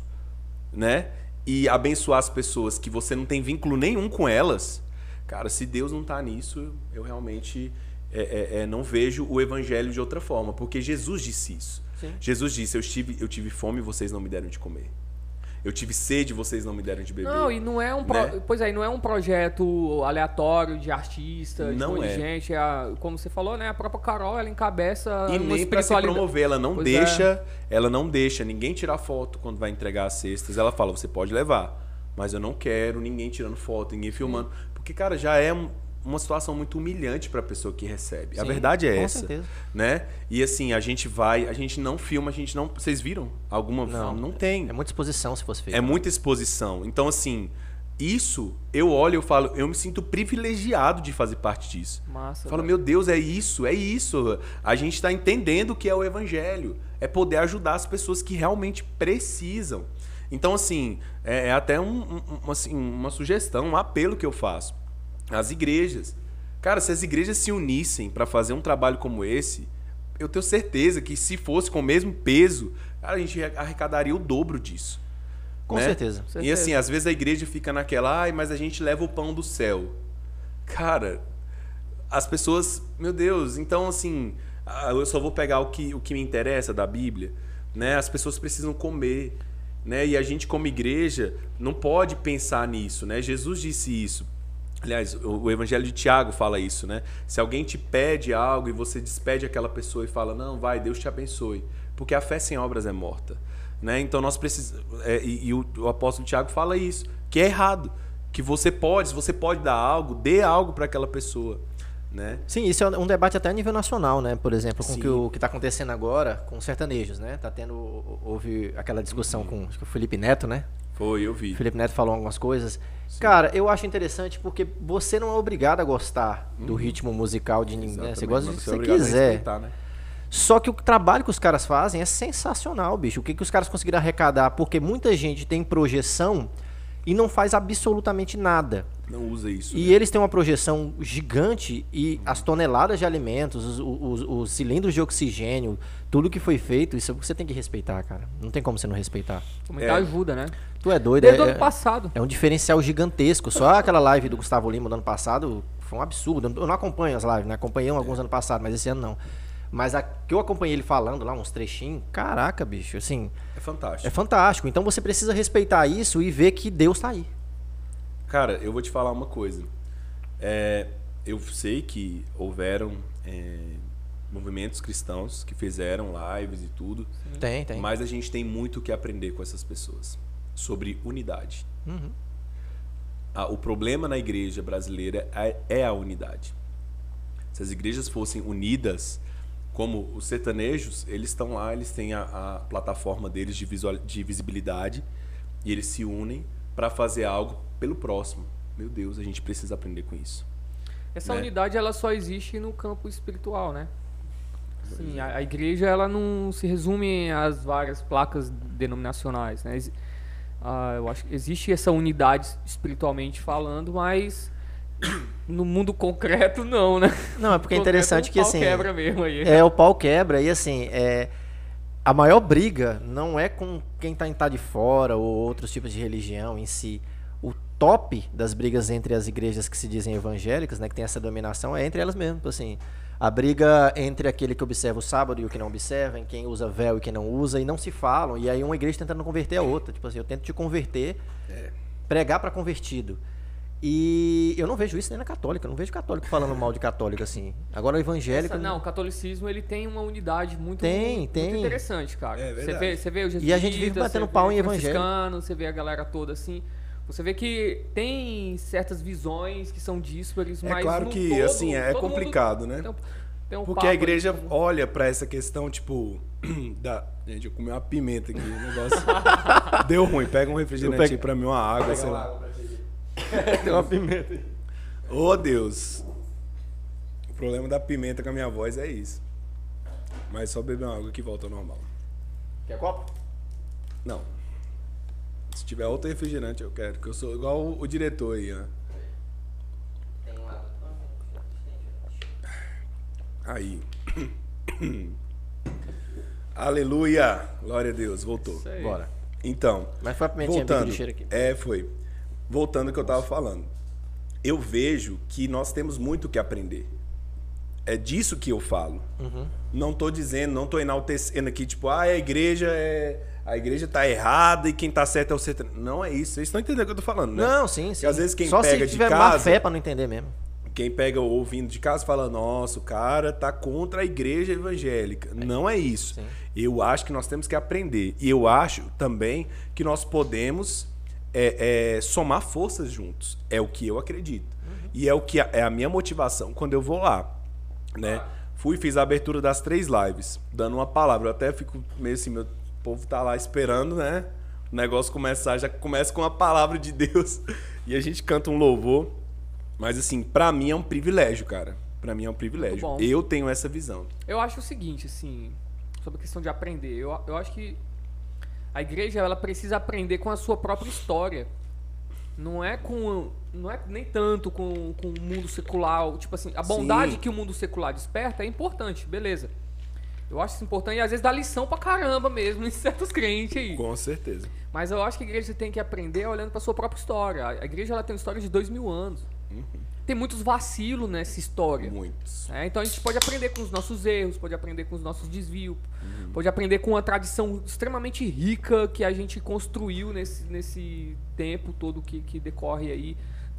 né? E abençoar as pessoas que você não tem vínculo nenhum com elas, cara, se Deus não tá nisso, eu realmente é, é, é, não vejo o evangelho de outra forma, porque Jesus disse isso. Sim. Jesus disse, eu tive, eu tive fome e vocês não me deram de comer. Eu tive sede e vocês não me deram de beber. Não, e não é um pro... né? Pois é, não é um projeto aleatório de artista, de Não um monte de é. gente. É a... Como você falou, né? A própria Carol, ela encabeça E uma nem para se espiritualidade. promover, ela não Pois deixa, ela não deixa ninguém tirar foto quando vai entregar as cestas. Ela fala, você pode levar, mas eu não quero ninguém tirando foto, ninguém filmando, porque cara, já é um- uma situação muito humilhante para a pessoa que recebe. A Sim, verdade é com essa, certeza. né? E assim, a gente vai, a gente não filma, a gente não, vocês viram alguma? Não. não tem. É muita exposição se fosse feito. É muita exposição. Então, assim, isso, eu olho e eu falo, eu me sinto privilegiado de fazer parte disso. Massa. Eu falo, velho. meu Deus, é isso, é isso. A gente está entendendo o que é o evangelho. É poder ajudar as pessoas que realmente precisam. Então, assim, é, é até um, um, uma, assim, uma sugestão, um apelo que eu faço. As igrejas. Cara, se as igrejas se unissem para fazer um trabalho como esse, eu tenho certeza que se fosse com o mesmo peso, cara, a gente arrecadaria o dobro disso. Com né? certeza. certeza. E assim, às vezes a igreja fica naquela, ai, mas a gente leva o pão do céu. Cara, as pessoas, meu Deus, então assim, ah, eu só vou pegar o que, o que me interessa da Bíblia, né? As pessoas precisam comer, né? E a gente como igreja não pode pensar nisso, né? Jesus disse isso. Aliás, o, o Evangelho de Tiago fala isso, né? Se alguém te pede algo e você despede aquela pessoa e fala, não, vai, Deus te abençoe. Porque a fé sem obras é morta. Né? Então nós precisamos... É, e, e o, o apóstolo Tiago fala isso, que é errado. Que você pode, se você pode dar algo, dê algo para aquela pessoa. Né? Sim, isso é um debate até a nível nacional, né? Por exemplo, com Sim. que o que está acontecendo agora com os sertanejos, né? Tá tendo, houve aquela discussão com acho que o Felipe Neto, né? Foi, eu vi. O Felipe Neto falou algumas coisas. Sim. Cara, eu acho interessante porque você não é obrigado a gostar do Uhum. ritmo musical de ninguém, né? Você gosta do que é você obrigado a quiser. respeitar, né? Só que o trabalho que os caras fazem é sensacional, bicho. O que, que os caras conseguiram arrecadar? Porque muita gente tem projeção e não faz absolutamente nada. Não usa isso. E né? eles têm uma projeção gigante e as toneladas de alimentos, os, os, os cilindros de oxigênio, tudo que foi feito, isso você tem que respeitar, cara. Não tem como você não respeitar. Muita É. ajuda, né? Tu é doido, Desde o é, ano passado. é um diferencial gigantesco. Só aquela live do Gustavo Lima do ano passado foi um absurdo. Eu não acompanho as lives, né? Acompanhei alguns anos passados, mas esse ano não. Mas a que eu acompanhei ele falando lá, uns trechinhos, caraca, bicho, assim, É fantástico. é fantástico. Então você precisa respeitar isso e ver que Deus tá aí. Cara, eu vou te falar uma coisa. É, eu sei que houveram é, movimentos cristãos que fizeram lives e tudo, Tem, tem. mas a gente tem muito o que aprender com essas pessoas sobre unidade. Uhum. Ah, o problema na igreja brasileira é, é a unidade. Se as igrejas fossem unidas, como os sertanejos, eles estão lá, eles têm a, a plataforma deles de, visual, de visibilidade e eles se unem para fazer algo pelo próximo. Meu Deus, a gente precisa aprender com isso. Essa né? unidade ela só existe no campo espiritual, né? Assim, a, a igreja ela não se resume às várias placas denominacionais, né? Ex- ah, eu acho que existe essa unidade espiritualmente falando, mas no mundo concreto não, né? Não, é porque é No concreto, interessante o que pau assim... quebra mesmo aí. É, o pau quebra e assim, é, a maior briga não é com quem tá, tá de fora ou outros tipos de religião em si. O top das brigas entre as igrejas que se dizem evangélicas, né, que tem essa dominação, é entre elas mesmas. Assim, a briga entre aquele que observa o sábado e o que não observa, em quem usa véu e quem não usa, e não se falam. E aí uma igreja tentando converter a outra. Tipo assim, eu tento te converter, É. pregar para convertido. E eu não vejo isso nem na católica, eu não vejo católico falando mal de católico assim. Agora o evangélico... Essa- não, o catolicismo ele tem uma unidade muito, Tem, muito tem. interessante, cara. É você verdade. vê, você vê o E a gente vive jesuíta, batendo você pau vê em o evangélico. franciscano, você vê a galera toda assim. Você vê que tem certas visões que são díspares, É mas claro no que, todo, assim, é todo mundo complicado, né? tem um- tem um Porque papo a aí igreja como- olha pra essa questão, tipo, da... Gente, eu comi uma pimenta aqui, o negócio deu ruim. Pega um refrigerante Eu pego- aí pra mim, uma água, sei lá. Tem uma pimenta aí. Ô, Deus. O problema da pimenta com a minha voz é isso. Mas só beber uma água que volta ao normal. Quer copo? Não. Se tiver outro refrigerante, eu quero. Porque eu sou igual o, o diretor aí, ó. Aí. Aleluia! Glória a Deus, voltou. Isso aí. Bora. Então, Mas foi a pimentinha bico voltando. de cheiro aqui. É, foi. Voltando ao que eu tava falando. Eu vejo que nós temos muito o que aprender. É disso que eu falo. Uhum. Não tô dizendo, não tô enaltecendo aqui, tipo, ah, a igreja é. A igreja tá errada e quem tá certo é o sertanejo. Não é isso. Vocês estão entendendo o que eu tô falando, né? Não, sim, sim. Porque às vezes quem Só pega se de tiver má casa- fé pra não entender mesmo. Quem pega ouvindo de casa fala, nossa, o cara tá contra a igreja evangélica. Não é isso. Sim. Eu acho que nós temos que aprender. E eu acho também que nós podemos é, é, somar forças juntos. É o que eu acredito. Uhum. E é o que é a minha motivação quando eu vou lá. Né? Fui e fiz a abertura das três lives, dando uma palavra. Eu até fico meio assim, meu povo tá lá esperando, né? O negócio começar, já começa com a palavra de Deus. E a gente canta um louvor. Mas assim, pra mim é um privilégio, cara. Pra mim é um privilégio. bom. Eu tenho essa visão. Eu acho o seguinte, assim, sobre a questão de aprender. Eu, eu acho que a igreja ela precisa aprender com a sua própria história. Não é com, não é nem tanto com, com o mundo secular. Tipo assim, a bondade Sim. que o mundo secular desperta é importante, beleza. Eu acho isso importante e às vezes dá lição pra caramba mesmo em certos crentes aí. Com certeza. Mas eu acho que a igreja tem que aprender olhando pra sua própria história. A igreja ela tem uma história de dois mil anos. Tem muitos vacilos nessa história. Muitos. É, então a gente pode aprender com os nossos erros, pode aprender com os nossos desvios, pode aprender com a tradição extremamente rica que a gente construiu nesse, nesse tempo todo que, que decorre aí,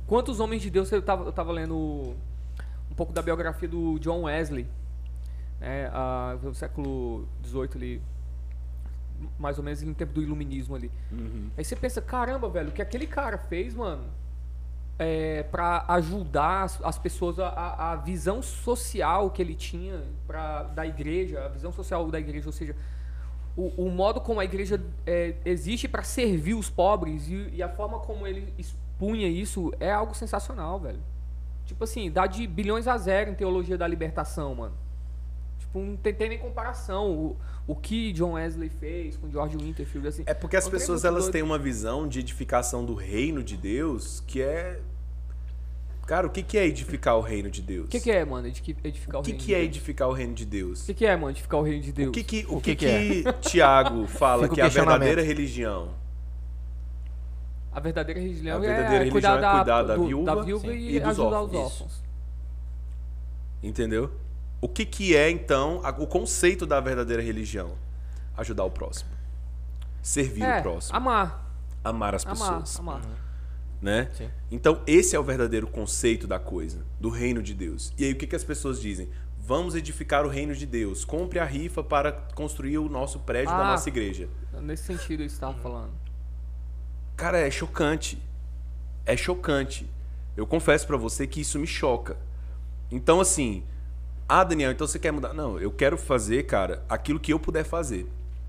quantos homens de Deus, eu tava, eu tava lendo um pouco da biografia do John Wesley, né, a, no século dezoito ali, mais ou menos no tempo do iluminismo ali. Uhum. Aí você pensa, caramba, velho, o que aquele cara fez, mano, é, pra ajudar as, as pessoas, a, a visão social que ele tinha pra, da igreja, a visão social da igreja, ou seja, o, o modo como a igreja é, existe para servir os pobres e, e a forma como ele expunha isso é algo sensacional, velho. Tipo assim, dá de bilhões a zero em teologia da libertação, mano. Tipo, não tem, tem nem comparação o, o que John Wesley fez com George Winterfield, assim. É porque as É um trem pessoas muito elas doido. têm uma visão de edificação do reino de Deus que é... Cara, o que que é edificar o reino de Deus? O que, que é, mano, edifi- edificar O o, que reino que é de Deus? edificar o reino de Deus? O que, que é, mano, edificar o reino de Deus? O que que, o O que, que que que Tiago fala Fica o que é a questionamento. verdadeira religião? A verdadeira religião, A verdadeira é, cuidar, religião é cuidar da, da do- viúva, da viúva sim, e, e dos ajudar órfãos. os órfãos. Entendeu? O que que é, então, a- o conceito da verdadeira religião? Ajudar o próximo. Servir É, o próximo. amar, Amar as amar, pessoas. amar. Né? Sim. Então, esse é o verdadeiro conceito da coisa, do reino de Deus. E aí, o que, que as pessoas dizem? Vamos edificar o reino de Deus. Compre a rifa para construir o nosso prédio da Ah. nossa igreja. Nesse sentido, eu estava falando. Cara, é chocante. É chocante. Eu confesso pra você que isso me choca. Então, assim... Ah, Daniel, então você quer mudar? Não, eu quero fazer, cara, aquilo que eu puder fazer.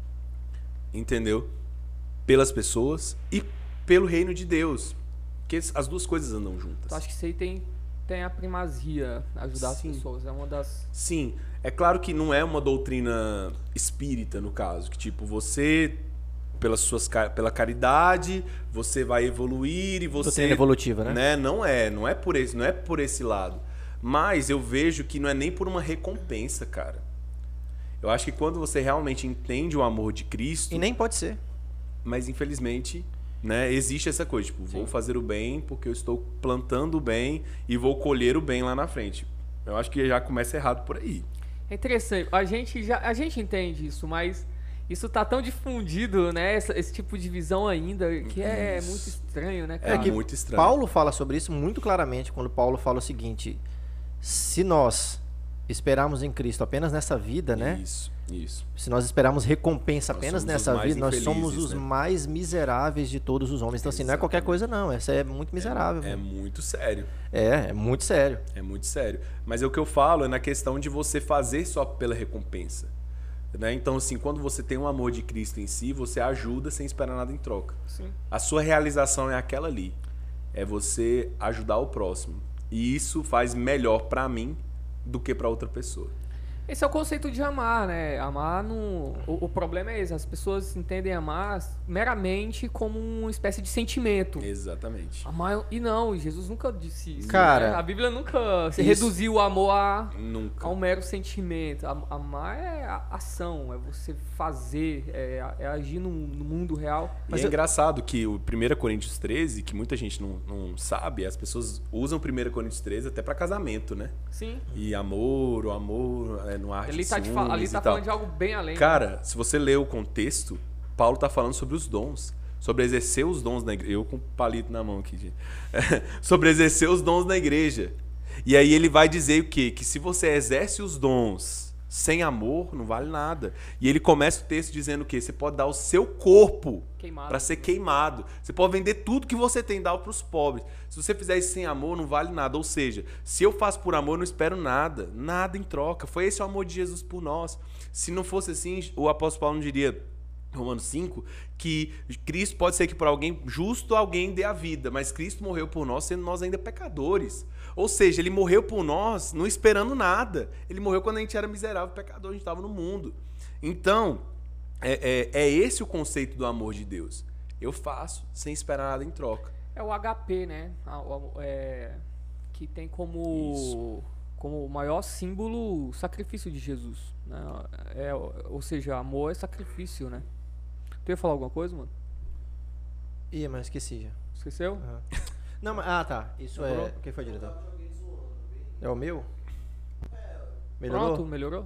Entendeu? Pelas pessoas e pelo reino de Deus. Porque as duas coisas andam juntas. Então, acho que isso aí tem, tem a primazia, ajudar Sim. as pessoas. É uma das... Sim, é claro que não é uma doutrina espírita, no caso. Que, tipo, você... Pelas suas, ca- pela caridade, você vai evoluir e você... Doutrina evolutiva, né? né? Não é, não é por esse, não é por esse lado. Mas eu vejo que não é nem por uma recompensa, cara. Eu acho que quando você realmente entende o amor de Cristo, E nem pode ser. mas infelizmente, né, existe essa coisa, tipo, vou fazer o bem porque eu estou plantando o bem e vou colher o bem lá na frente. Eu acho que já começa errado por aí. É interessante. A gente, já, a gente entende isso, mas isso tá tão difundido, né? Essa- esse tipo de visão ainda, que é Isso. muito estranho, né, É, cara? que muito estranho. Paulo fala sobre isso muito claramente, quando Paulo fala o seguinte: se nós esperarmos em Cristo apenas nessa vida, né? Isso, isso. Se nós esperarmos recompensa Nós apenas somos os nessa mais vida, nós somos infelizes, os né? mais miseráveis de todos os homens. Então, assim, não é qualquer coisa, não. Essa é muito miserável. É É, muito sério. é, é muito sério. É muito sério. Mas é o que eu falo é na questão de você fazer só pela recompensa. Né? Então, assim, quando você tem o amor de Cristo em si, você ajuda sem esperar nada em troca. Sim. A sua realização é aquela ali. É você ajudar o próximo. E isso faz melhor pra mim do que pra outra pessoa. Esse é o conceito de amar, né? Amar no... O, o problema é esse, as pessoas entendem amar meramente como uma espécie de sentimento. Exatamente. Amar... E não, Jesus nunca disse isso. Cara, né? A Bíblia nunca se isso- reduziu o amor a, Nunca. a um mero sentimento. Am- Amar é a- ação, é você fazer, é, é agir no, no mundo real. E Mas é eu- engraçado que o primeiro Coríntios treze, que muita gente não, não sabe, as pessoas usam o primeiro Coríntios treze até pra casamento, né? Sim. E amor, o amor é no arte Ele tá, te fa- ali ciúmes e tá tal. falando de algo bem além. Cara, se você ler o contexto, Paulo tá falando sobre os dons. Sobre exercer os dons na igreja. Eu com palito na mão aqui, gente. Sobre exercer os dons na igreja. E aí ele vai dizer o quê? Que se você exerce os dons sem amor, não vale nada. E ele começa o texto dizendo o quê? Você pode dar o seu corpo Queimado. para ser queimado. Você pode vender tudo que você tem e dar para os pobres. Se você fizer isso sem amor, não vale nada. Ou seja, se eu faço por amor, eu não espero nada. Nada em troca. Foi esse o amor de Jesus por nós. Se não fosse assim, o apóstolo Paulo não diria, Romanos cinco, que Cristo pode ser que por alguém justo alguém dê a vida, mas Cristo morreu por nós sendo nós ainda pecadores. Ou seja, ele morreu por nós não esperando nada. Ele morreu quando a gente era miserável, pecador, a gente estava no mundo. Então, é, é, é esse o conceito do amor de Deus. Eu faço sem esperar nada em troca. É o H P, né? A- o- é, que tem como, como o maior símbolo o sacrifício de Jesus. Né? É, ou seja, amor é sacrifício, né? Tu ia falar alguma coisa, mano? Ih, mas esqueci já. Esqueceu? Aham. Não, mas... Ah, tá. Isso Demorou? é... O que foi, diretor? É o meu? Melhorou? Pronto, melhorou?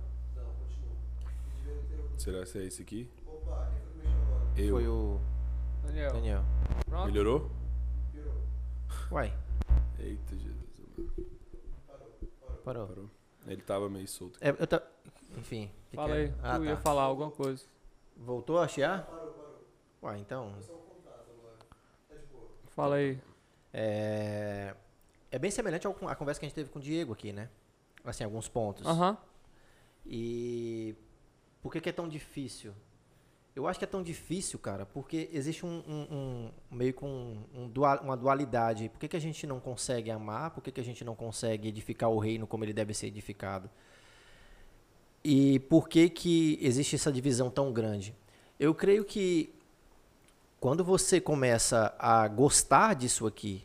Será que é esse aqui? Eu. Foi o Daniel. Daniel. Pronto? Melhorou? Uai. Eita, Jesus. Parou. Parou. Ele tava meio solto. É, eu ta... Enfim. que Fala que é? aí, Ah, tu ia tá. falar alguma coisa. Voltou a chiar? Parou, parou. Ué, então... Fala aí. É... é bem semelhante ao- à conversa que a gente teve com o Diego aqui, né? Assim, alguns pontos. Aham. E por que, que é tão difícil? Eu acho que é tão difícil, cara, porque existe um, um- um- meio com um, um dual- uma dualidade. Por que, que a gente não consegue amar? Por que, que a gente não consegue edificar o reino como ele deve ser edificado? E por que, que existe essa divisão tão grande? Eu creio que quando você começa a gostar disso aqui,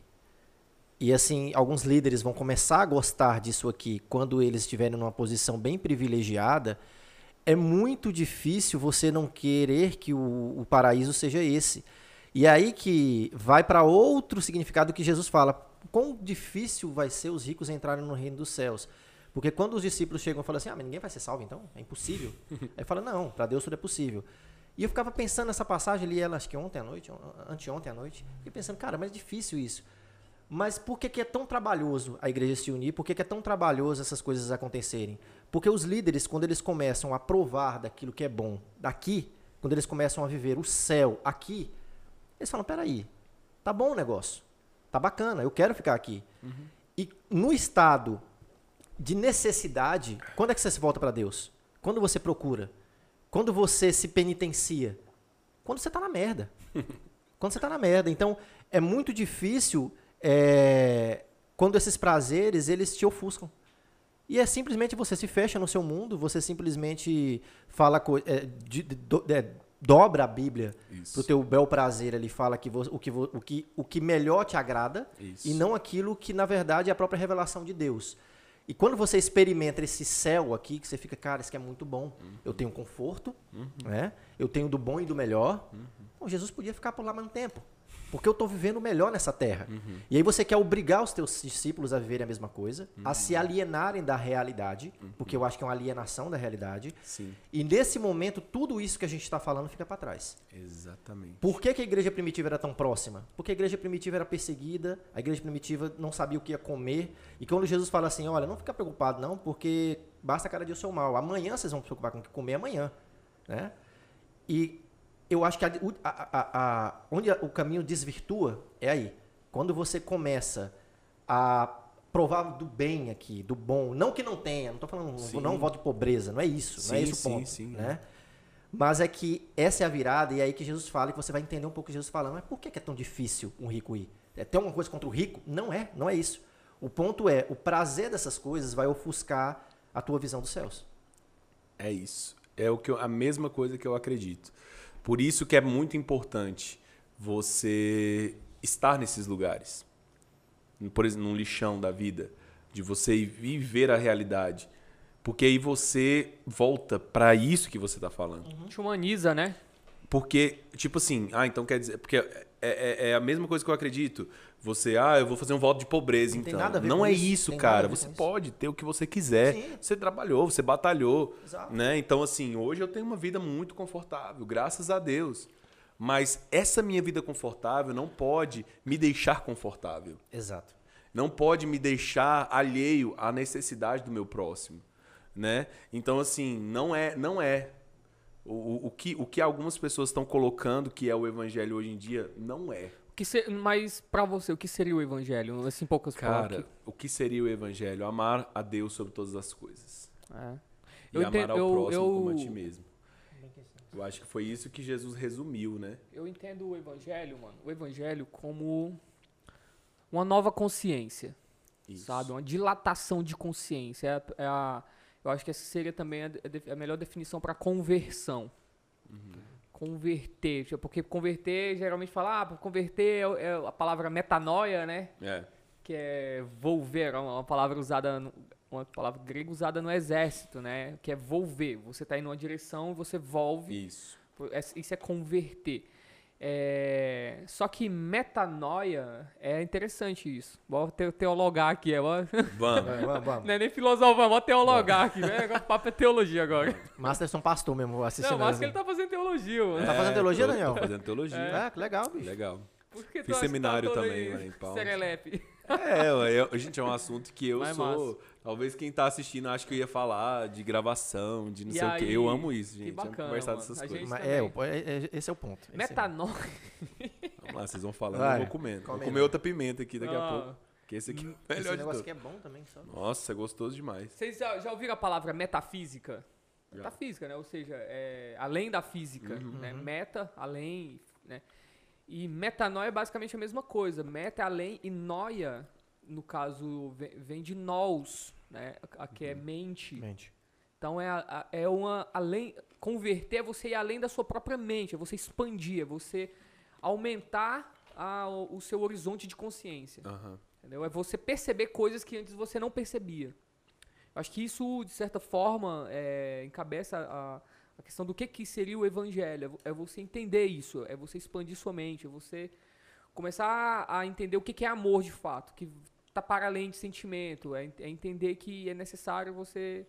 e assim, alguns líderes vão começar a gostar disso aqui quando eles estiverem numa posição bem privilegiada, é muito difícil você não querer que o, o paraíso seja esse. E aí que vai para outro significado que Jesus fala. Quão difícil vai ser os ricos entrarem no reino dos céus? Porque quando os discípulos chegam e falam assim, ah, mas ninguém vai ser salvo então? É impossível. Aí fala, não, para Deus tudo é possível. E eu ficava pensando nessa passagem, li ela acho que ontem à noite, anteontem à noite, e pensando, cara, mas é difícil isso. Mas por que, que é tão trabalhoso a igreja se unir? Por que, que é tão trabalhoso essas coisas acontecerem? Porque os líderes, quando eles começam a provar daquilo que é bom daqui, quando eles começam a viver o céu aqui, eles falam, peraí, tá bom o negócio, tá bacana, eu quero ficar aqui. Uhum. E no estado de necessidade, quando é que você se volta para Deus? Quando você procura? Quando você se penitencia? Quando você tá na merda. Quando você tá na merda. Então, é muito difícil... É, quando esses prazeres, eles te ofuscam. E é simplesmente você se fecha no seu mundo, você simplesmente fala, é, de, do, é, dobra a Bíblia Isso. pro teu bel prazer, ele fala que vo, o, que, vo, o, que, o que melhor te agrada. Isso. E não aquilo que, na verdade, é a própria revelação de Deus. E quando você experimenta esse céu aqui, que você fica, cara, isso aqui é muito bom. Uhum. Eu tenho conforto, uhum. né? Eu tenho do bom e do melhor. Uhum. Bom, Jesus podia ficar por lá mais um tempo. Porque eu estou vivendo o melhor nessa terra. Uhum. E aí você quer obrigar os teus discípulos a viverem a mesma coisa, uhum. a se alienarem da realidade, uhum. porque eu acho que é uma alienação da realidade. Sim. E nesse momento, tudo isso que a gente está falando fica para trás. Exatamente. Por que, que a igreja primitiva era tão próxima? Porque a igreja primitiva era perseguida, a igreja primitiva não sabia o que ia comer. E quando Jesus fala assim, olha, não fica preocupado não, porque basta cada dia o seu mal. Amanhã vocês vão se preocupar com o que comer amanhã. Né? E... eu acho que a, a, a, a, onde o caminho desvirtua é aí. Quando você começa a provar do bem aqui, do bom. Não que não tenha, não estou falando, sim. não voto de pobreza, não é isso. Sim, não é esse o sim, ponto. Sim, né? Mas é que essa é a virada e é aí que Jesus fala e você vai entender um pouco Jesus falando. Mas por que é tão difícil um rico ir? É, tem alguma coisa contra o rico? Não é, não é isso. O ponto é, o prazer dessas coisas vai ofuscar a tua visão dos céus. É isso. É o que eu, a mesma coisa que eu acredito. Por isso que é muito importante você estar nesses lugares. Por exemplo, num lixão da vida. De você viver a realidade. Porque aí você volta para isso que você está falando. Uhum. Te humaniza, né? Porque, tipo assim, ah, então quer dizer... Porque é, é, é a mesma coisa que eu acredito. Você, ah, eu vou fazer um voto de pobreza, não então. Tem nada a ver não com é isso, isso, tem cara. nada a ver Você com pode isso. ter o que você quiser. Sim. Você trabalhou, você batalhou. Exato. Né? Então, assim, hoje eu tenho uma vida muito confortável, graças a Deus. Mas essa minha vida confortável não pode me deixar confortável. Exato. Não pode me deixar alheio à necessidade do meu próximo. Né? Então, assim, não é... Não é. O, o, que, o que algumas pessoas estão colocando que é o evangelho hoje em dia, não é. Que ser, mas pra você, o que seria o evangelho? Assim, poucas Cara, palavras. o que seria o evangelho? Amar a Deus sobre todas as coisas. É. E Eu amar entendo, ao eu, próximo eu, como a ti mesmo. Eu acho que foi isso que Jesus resumiu, né? Eu entendo o evangelho, mano, o evangelho como uma nova consciência, Isso. sabe? Uma dilatação de consciência. É a, é a, eu acho que essa seria também a, a melhor definição para conversão. Uhum. Converter, porque converter, geralmente fala, ah, converter é, é a palavra metanoia, né? É. Que é volver, uma palavra usada, no, uma palavra grega usada no exército, né? Que é volver, você está indo numa direção e você volve. Isso. Isso é converter. É, só que metanoia é interessante isso. Vou teologar aqui. É, vamos. vamos, vamos. Não é nem filosofar, vou teologar aqui. Né? O papo é teologia agora. Masterson pastor mesmo, assistindo. Não, mas que ele tá fazendo teologia, mano. É, tá fazendo teologia, tô, Daniel? Tô fazendo teologia. É, que legal, bicho. Legal. Por que Fiz tu seminário tá todo também, aí, lá em Palmas. serelepe? É, ué, eu- gente, é um assunto que eu Mas é sou. massa. Talvez quem tá assistindo acho que eu ia falar de gravação, de não E sei o quê. aí, Eu amo isso, que gente. bacana, Amo conversar mano. dessas A coisas. gente- Mas também. é, o- é- é- esse é o ponto. Esse é- Metanol. Vamos lá, vocês vão falando, Vai. eu vou comendo. Vou Come comer aí. outra pimenta aqui daqui a Ah. pouco. Que esse aqui é o Esse melhor de negócio todos. aqui é bom também, só. Nossa, é gostoso demais. Vocês já, já ouviram a palavra metafísica? Já. Metafísica, né? Ou seja, é além da física, Uhum. né? Meta, além, né? E metanoia é basicamente a mesma coisa. Meta é além e noia, no caso, vem, vem de nous, né? A, a que Uhum. é mente. Mente. Então é, a- a- é uma além converter é você ir além da sua própria mente, é você expandir, é você aumentar a- o seu horizonte de consciência. Aham. Entendeu? É você perceber coisas que antes você não percebia. Eu acho que isso, de certa forma, é, encabeça a, a questão do que, que seria o evangelho. É vo- É você entender isso, é você expandir sua mente, é você começar a, a entender o que, que é amor de fato, que está para além de sentimento, é, en- é entender que é necessário você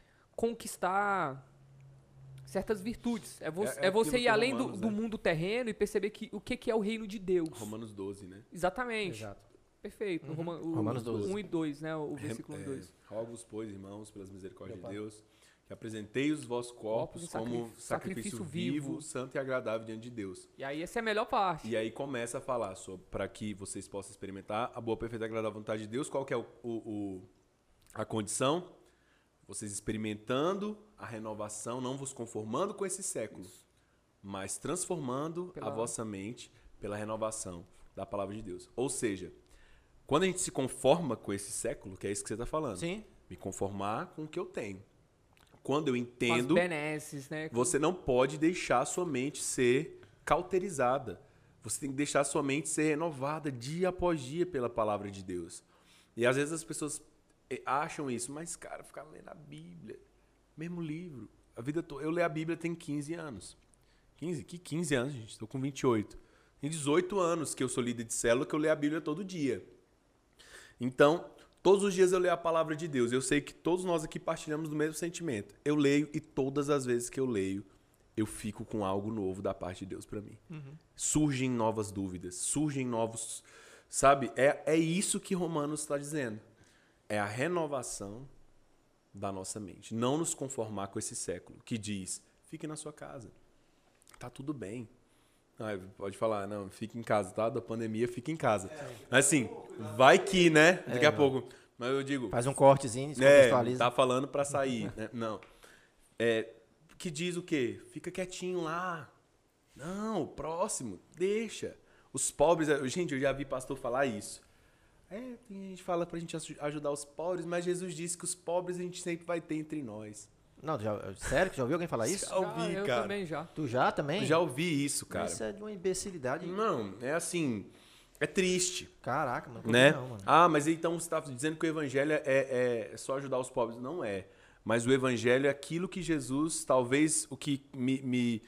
conquistar certas virtudes. É, vo É- é é você aquilo ir que além Romanos, do, do né? mundo terreno e perceber que, o que, que é o reino de Deus. Romanos doze, né? Exatamente. Exato. Perfeito. No Roma- o- Romanos doze. um e dois, né? O versículo É, dois. Rogo-vos, pois, irmãos, pelas misericórdias Meu de pai. Deus, que apresenteis os vossos corpos Corpos em como sacrifício- sacrifício, sacrifício vivo, vivo. santo e agradável diante de Deus. E aí essa é a melhor parte. E aí começa a falar sobre para que vocês possam experimentar a boa, perfeita e agradável vontade de Deus. Qual que é o, o- o- a condição? Vocês experimentando a renovação, não vos conformando com esse século, mas transformando Pela- a vossa mente pela renovação da palavra de Deus. Ou seja, quando a gente se conforma com esse século, que é isso que você está falando, Sim. me conformar com o que eu tenho. Quando eu Com as entendo, benesses, né? você não pode deixar a sua mente ser cauterizada. Você tem que deixar a sua mente ser renovada dia após dia pela palavra de Deus. E às vezes as pessoas eh, acham isso, mas, cara, ficar lendo a Bíblia, mesmo livro, a vida toda. Eu leio a Bíblia tem quinze anos. quinze? Que quinze anos, gente? Estou com vinte e oito. Tem dezoito anos que eu sou líder de célula, que eu leio a Bíblia todo dia. Então, todos os dias eu leio a palavra de Deus. Eu sei que todos nós aqui partilhamos do mesmo sentimento. Eu leio e todas as vezes que eu leio, eu fico com algo novo da parte de Deus para mim. Surgem novas dúvidas, surgem novos... Sabe? É, é isso que Romanos está dizendo. É a renovação da nossa mente. Não nos conformar com esse século que diz, fique na sua casa. Tá tudo bem. Ah, pode falar, não, fique em casa, tá? Da pandemia, fique em casa. Assim, vai que, né? Daqui a pouco. Mas eu digo, Faz um cortezinho, é, descontextualiza. tá falando pra sair, né? Não. É, que diz o quê? Fica quietinho lá. Não, próximo, deixa. Os pobres, gente, eu já vi pastor falar isso. É, tem gente que fala pra gente aj- ajudar os pobres, mas Jesus disse que os pobres a gente sempre vai ter entre nós. Não, já, sério que já ouviu alguém falar isso? Já ouvi, eu cara. também já. Tu já também? Eu já ouvi isso, cara. Isso é de uma imbecilidade. Não, é assim, é triste. Caraca, não, Né? não, mano. Ah, mas então você está dizendo que o evangelho é, é só ajudar os pobres. Não é. Mas o evangelho é aquilo que Jesus, talvez o que me, me,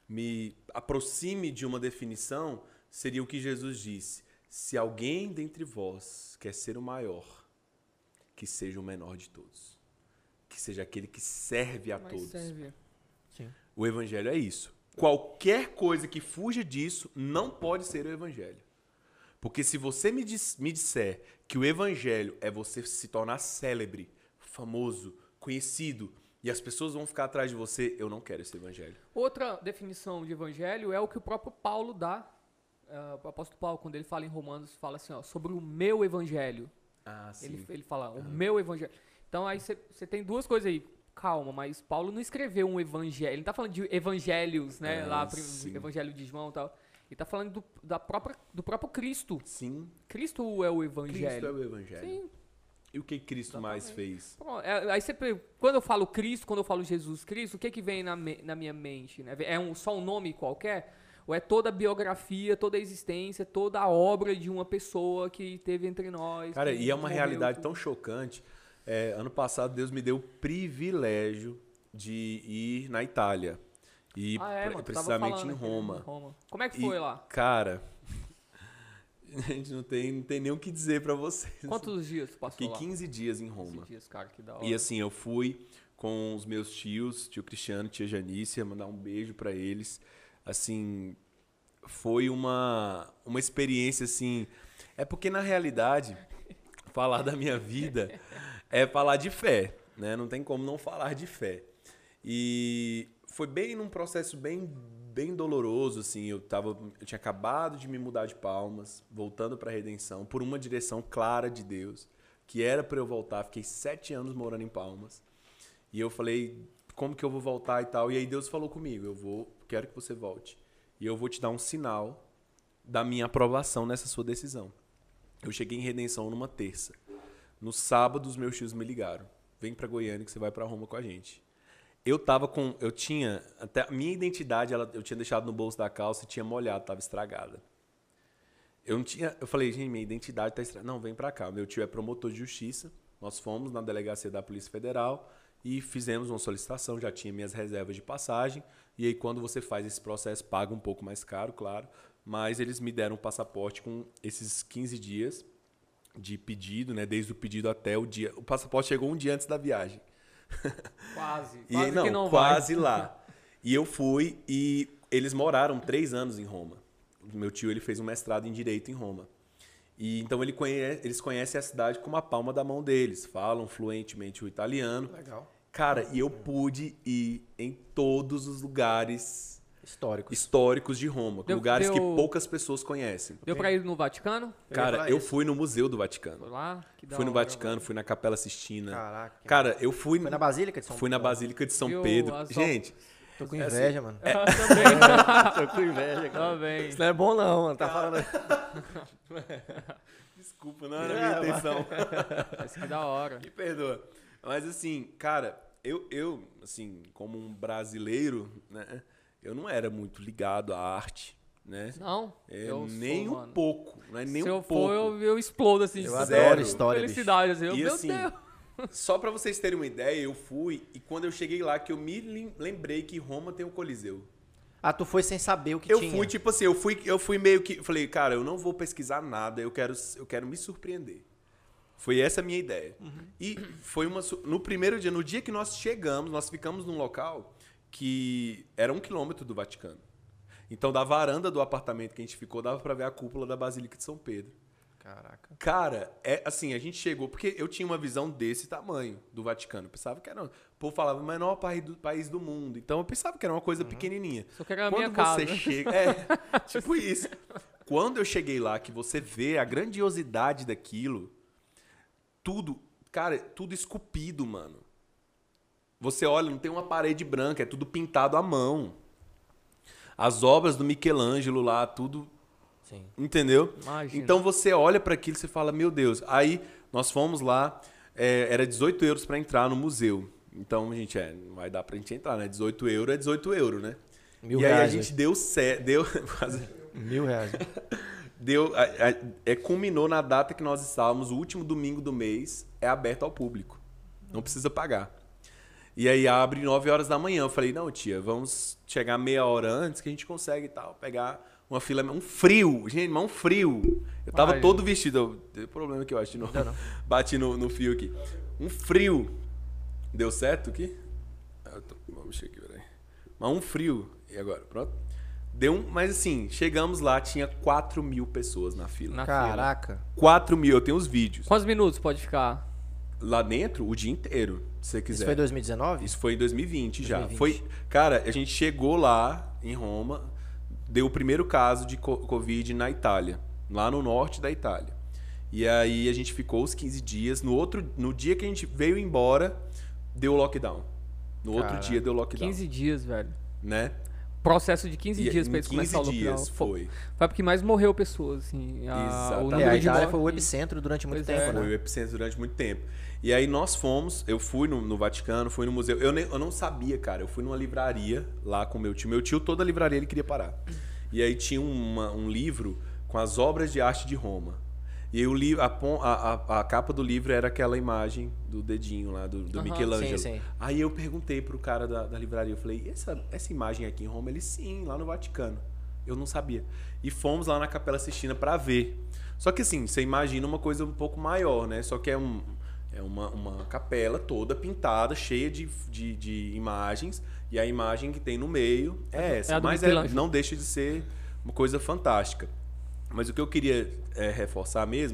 me aproxime de uma definição, seria o que Jesus disse. Se alguém dentre vós quer ser o maior, que seja o menor de todos. Que seja aquele que serve a Mas todos. serve. Sim. O evangelho é isso. Qualquer coisa que fuja disso não pode ser o evangelho. Porque se você me, dis- me disser que o evangelho é você se tornar célebre, famoso, conhecido, e as pessoas vão ficar atrás de você, eu não quero esse evangelho. Outra definição de evangelho é o que o próprio Paulo dá. Uh, o apóstolo Paulo, quando ele fala em Romanos, fala assim, ó, sobre o meu evangelho. Ah, sim. Ele, ele fala, o meu evangelho. Então aí você tem duas coisas aí. Calma, mas Paulo não escreveu um evangelho. Ele não tá falando de evangelhos, né? É, lá, prim- sim. evangelho de João e tal. Ele tá falando do, da própria, do próprio Cristo. Sim. Cristo é o evangelho. Cristo é o evangelho. Sim. E o que Cristo mais fez? Pronto, é, aí você, quando eu falo Cristo, quando eu falo Jesus Cristo, o que que vem na, me- na minha mente? Né? É um, só um nome qualquer? Ou é toda a biografia, toda a existência, toda a obra de uma pessoa que teve entre nós? Cara, que e é uma morreu, realidade tudo? tão chocante. É, ano passado, Deus me deu o privilégio de ir na Itália. E Ah, é, pre- mano, tu tava precisamente falando em aqui, Roma. em Roma. Como é que E, foi lá? Cara, a gente não tem, não tem nem o que dizer pra vocês. Quantos dias tu passou Fiquei lá? quinze dias em quinze Roma. dias, cara, que da hora. E assim, eu fui com os meus tios, tio Cristiano, tia Janícia, mandar um beijo pra eles. Assim, foi uma, uma experiência assim... É porque na realidade... falar da minha vida é falar de fé, né? Não tem como não falar de fé. E foi bem num processo bem, bem doloroso, assim. Eu, tava, eu tinha acabado de me mudar de Palmas, voltando para a Redenção, por uma direção clara de Deus, que era para eu voltar. Fiquei sete anos morando em Palmas. E eu falei, como que eu vou voltar e tal? E aí Deus falou comigo, eu vou, quero que você volte. E eu vou te dar um sinal da minha aprovação nessa sua decisão. Eu cheguei em Redenção numa terça. No sábado, os meus tios me ligaram. Vem para Goiânia que você vai para Roma com a gente. Eu tava com... Eu tinha... Até a minha identidade, ela, eu tinha deixado no bolso da calça e tinha molhado, tava estragada. Eu não tinha... Eu falei, gente, minha identidade tá estragada. Não, vem para cá. Meu tio é promotor de justiça. Nós fomos na delegacia da Polícia Federal e fizemos uma solicitação. Já tinha minhas reservas de passagem. E aí, quando você faz esse processo, paga um pouco mais caro, claro. Mas eles me deram um passaporte com esses quinze dias de pedido, né? Desde o pedido até o dia... O passaporte chegou um dia antes da viagem. Quase, e, quase não, que não quase vai. lá. E eu fui e eles moraram três anos em Roma. Meu tio ele fez um mestrado em Direito em Roma. E então ele conhece, eles conhecem a cidade como a palma da mão deles. Falam fluentemente o italiano. Legal. Cara, e eu pude ir em todos os lugares Históricos. históricos de Roma. Deu- lugares que deu- poucas pessoas conhecem. Deu pra ir no Vaticano? ia Cara, falar eu isso. fui no Museu do Vaticano. Foi lá? Que da Fui no hora, Vaticano, fui na Capela Sistina. Caraca. Cara, eu fui... Foi na Basílica de São Fui na Paulo? Basílica de São Viu Pedro. as Gente, Tô com inveja, mano. velho. Eu também. Tô com inveja, cara. Também. Isso não é bom não, mano. Tá falando... desculpa, não era a minha É, intenção. Mas que da hora. Me perdoa. Mas assim, cara, eu, eu, assim, como um brasileiro, né, eu não era muito ligado à arte, né? Não, É, eu nem sou, um mano. pouco, não é nem Se um eu pouco. for, eu, eu explodo assim. Eu de adoro Zero. história, bicho. felicidade. Assim, eu, E meu assim, Deus. só pra vocês terem uma ideia, eu fui e quando eu cheguei lá, que eu me lem- lembrei que Roma tem um Coliseu. Ah, tu foi sem saber o que Eu tinha. fui, tipo assim, eu fui, eu fui meio que... Falei, cara, eu não vou pesquisar nada, eu quero, eu quero me surpreender. Foi essa a minha ideia. Uhum. E foi uma... su- No primeiro dia, no dia que nós chegamos, nós ficamos num local que era um quilômetro do Vaticano. Então, da varanda do apartamento que a gente ficou, dava pra ver a cúpula da Basílica de São Pedro. Caraca. Cara, é assim, a gente chegou, porque eu tinha uma visão desse tamanho do Vaticano. Eu pensava que era. O povo falava, o menor país do, país do mundo. Então eu pensava que era uma coisa pequenininha. Só que era a Quando minha você casa. chega. É, tipo isso. Quando eu cheguei lá, que você vê a grandiosidade daquilo, tudo, cara, tudo esculpido, mano. Você olha, não tem uma parede branca, é tudo pintado à mão. As obras do Michelangelo lá, tudo. Sim. Entendeu? Imagina. Então você olha para aquilo e você fala, meu Deus. Aí nós fomos lá, é, era dezoito euros para entrar no museu. Então, gente, é, não vai dar pra gente entrar, né? dezoito euros é dezoito euros, né? Mil e aí reais, a gente deu certo, deu, quase- Mil reais. deu, a- a- é, culminou na data que nós estávamos, o último domingo do mês, é aberto ao público. Não precisa pagar. E aí abre nove horas da manhã. Eu falei, não, tia, vamos chegar meia hora antes que a gente consegue e tal, pegar uma fila, um frio, gente, mas um frio. Eu tava Ai, todo vestido, eu, deu problema aqui, eu acho, de novo. Não, não. Bati no, no fio aqui. Um frio. Deu certo aqui? Ah, eu tô- Vamos mexer aqui, peraí. Mas um frio. E agora? Pronto? Deu um, mas assim, chegamos lá, tinha quatro mil pessoas na fila. Na Caraca. quatro mil, eu tenho os vídeos. Quantos minutos pode ficar? Lá dentro, o dia inteiro, se você quiser. Isso foi em dois mil e dezenove? Isso foi em dois mil e vinte já. dois mil e vinte. Foi, cara, a gente chegou lá em Roma, deu o primeiro caso de co- Covid na Itália, lá no norte da Itália. E aí a gente ficou os quinze dias. No outro, no dia que a gente veio embora, deu lockdown. No outro Caraca. dia deu lockdown, quinze dias, velho. né? Processo de quinze E dias pra em eles começar o quinze lockdown. dias Fo- foi. Foi porque mais morreu pessoas, assim. A, Exatamente. o É, número a de Itália mortes- foi o epicentro durante muito Pois tempo, é. né? Foi o epicentro durante muito tempo. E aí nós fomos, eu fui no, no Vaticano, fui no museu. Eu, nem, eu não sabia, cara. Eu fui numa livraria lá com meu tio. Meu tio, toda livraria ele queria parar. E aí tinha uma- um livro com as obras de arte de Roma. E aí o livro, a, pon- a, a, a capa do livro era aquela imagem do dedinho lá, do, do Aham, Michelangelo. sim, sim. Aí eu perguntei pro cara da, da livraria, eu falei, essa, essa imagem aqui em Roma? Ele, sim, lá no Vaticano. Eu não sabia. E fomos lá na Capela Sistina pra ver. Só que assim, você imagina uma coisa um pouco maior, né? Só que é, um, é uma, uma capela toda pintada, cheia de, de, de imagens. E a imagem que tem no meio é essa. É a do Mas é, Michelangelo. não deixa de ser uma coisa fantástica. Mas o que eu queria é, reforçar mesmo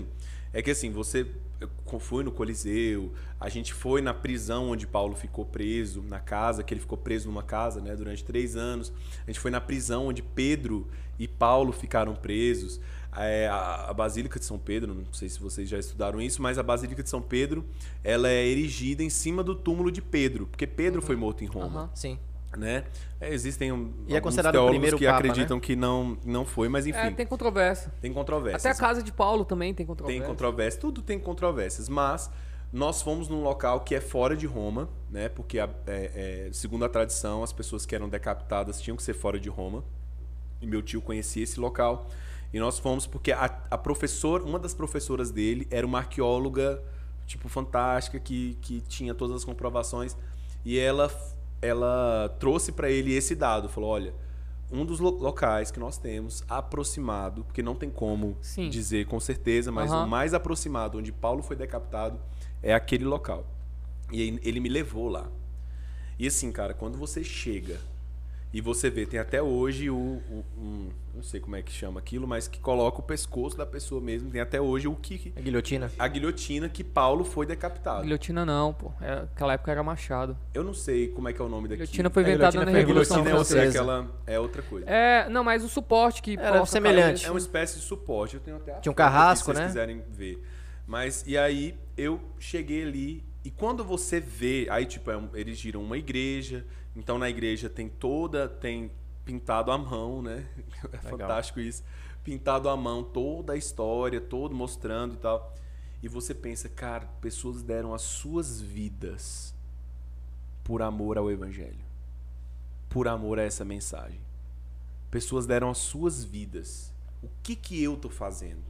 É que assim, você foi no Coliseu, a gente foi na prisão onde Paulo ficou preso, na casa, que ele ficou preso numa casa, né, durante três anos. A gente foi na prisão onde Pedro e Paulo ficaram presos. É, a, a Basílica de São Pedro, não sei se vocês já estudaram isso, mas a Basílica de São Pedro, ela é erigida em cima do túmulo de Pedro, porque Pedro uhum. foi morto em Roma. Uhum. Sim. Né? É, existem um, e é alguns considerado teólogos o primeiro que papa, acreditam né? que não, não foi, mas enfim. É, tem controvérsia. Tem controvérsias. Até a casa de Paulo também tem controvérsia. Tem controvérsia, tudo tem controvérsias, mas nós fomos num local que é fora de Roma, né? Porque, a, é, é, segundo a tradição, as pessoas que eram decapitadas tinham que ser fora de Roma. E meu tio conhecia esse local. E nós fomos porque a, a professora, uma das professoras dele era uma arqueóloga, tipo, fantástica, que, que tinha todas as comprovações. E ela... ela trouxe para ele esse dado, falou, olha, um dos lo locais que nós temos aproximado, porque não tem como Sim. dizer com certeza, mas uhum. o mais aproximado onde Paulo foi decapitado é aquele local. E aí, ele me levou lá. E assim, cara, quando você chega e você vê, tem até hoje o, o um, não sei como é que chama aquilo, mas que coloca o pescoço da pessoa mesmo, tem até hoje o que... A guilhotina. A guilhotina que Paulo foi decapitado. Guilhotina não, pô. É, naquela época era machado. Eu não sei como é que é o nome daqui. Guilhotina foi inventada na Revolução Francesa. É, aquela, é outra coisa. É, não, mas o suporte que... Era semelhante. É uma espécie de suporte. Eu tenho até Tinha um carrasco, aqui, se né? vocês quiserem ver. Mas, e aí, eu cheguei ali, e quando você vê... Aí, tipo, é um, eles giram uma igreja, então na igreja tem toda... tem pintado à mão, né? É Legal. Fantástico isso. Pintado à mão, toda a história, todo mostrando e tal. E você pensa, cara, pessoas deram as suas vidas por amor ao Evangelho. Por amor a essa mensagem. Pessoas deram as suas vidas. O que que eu tô fazendo?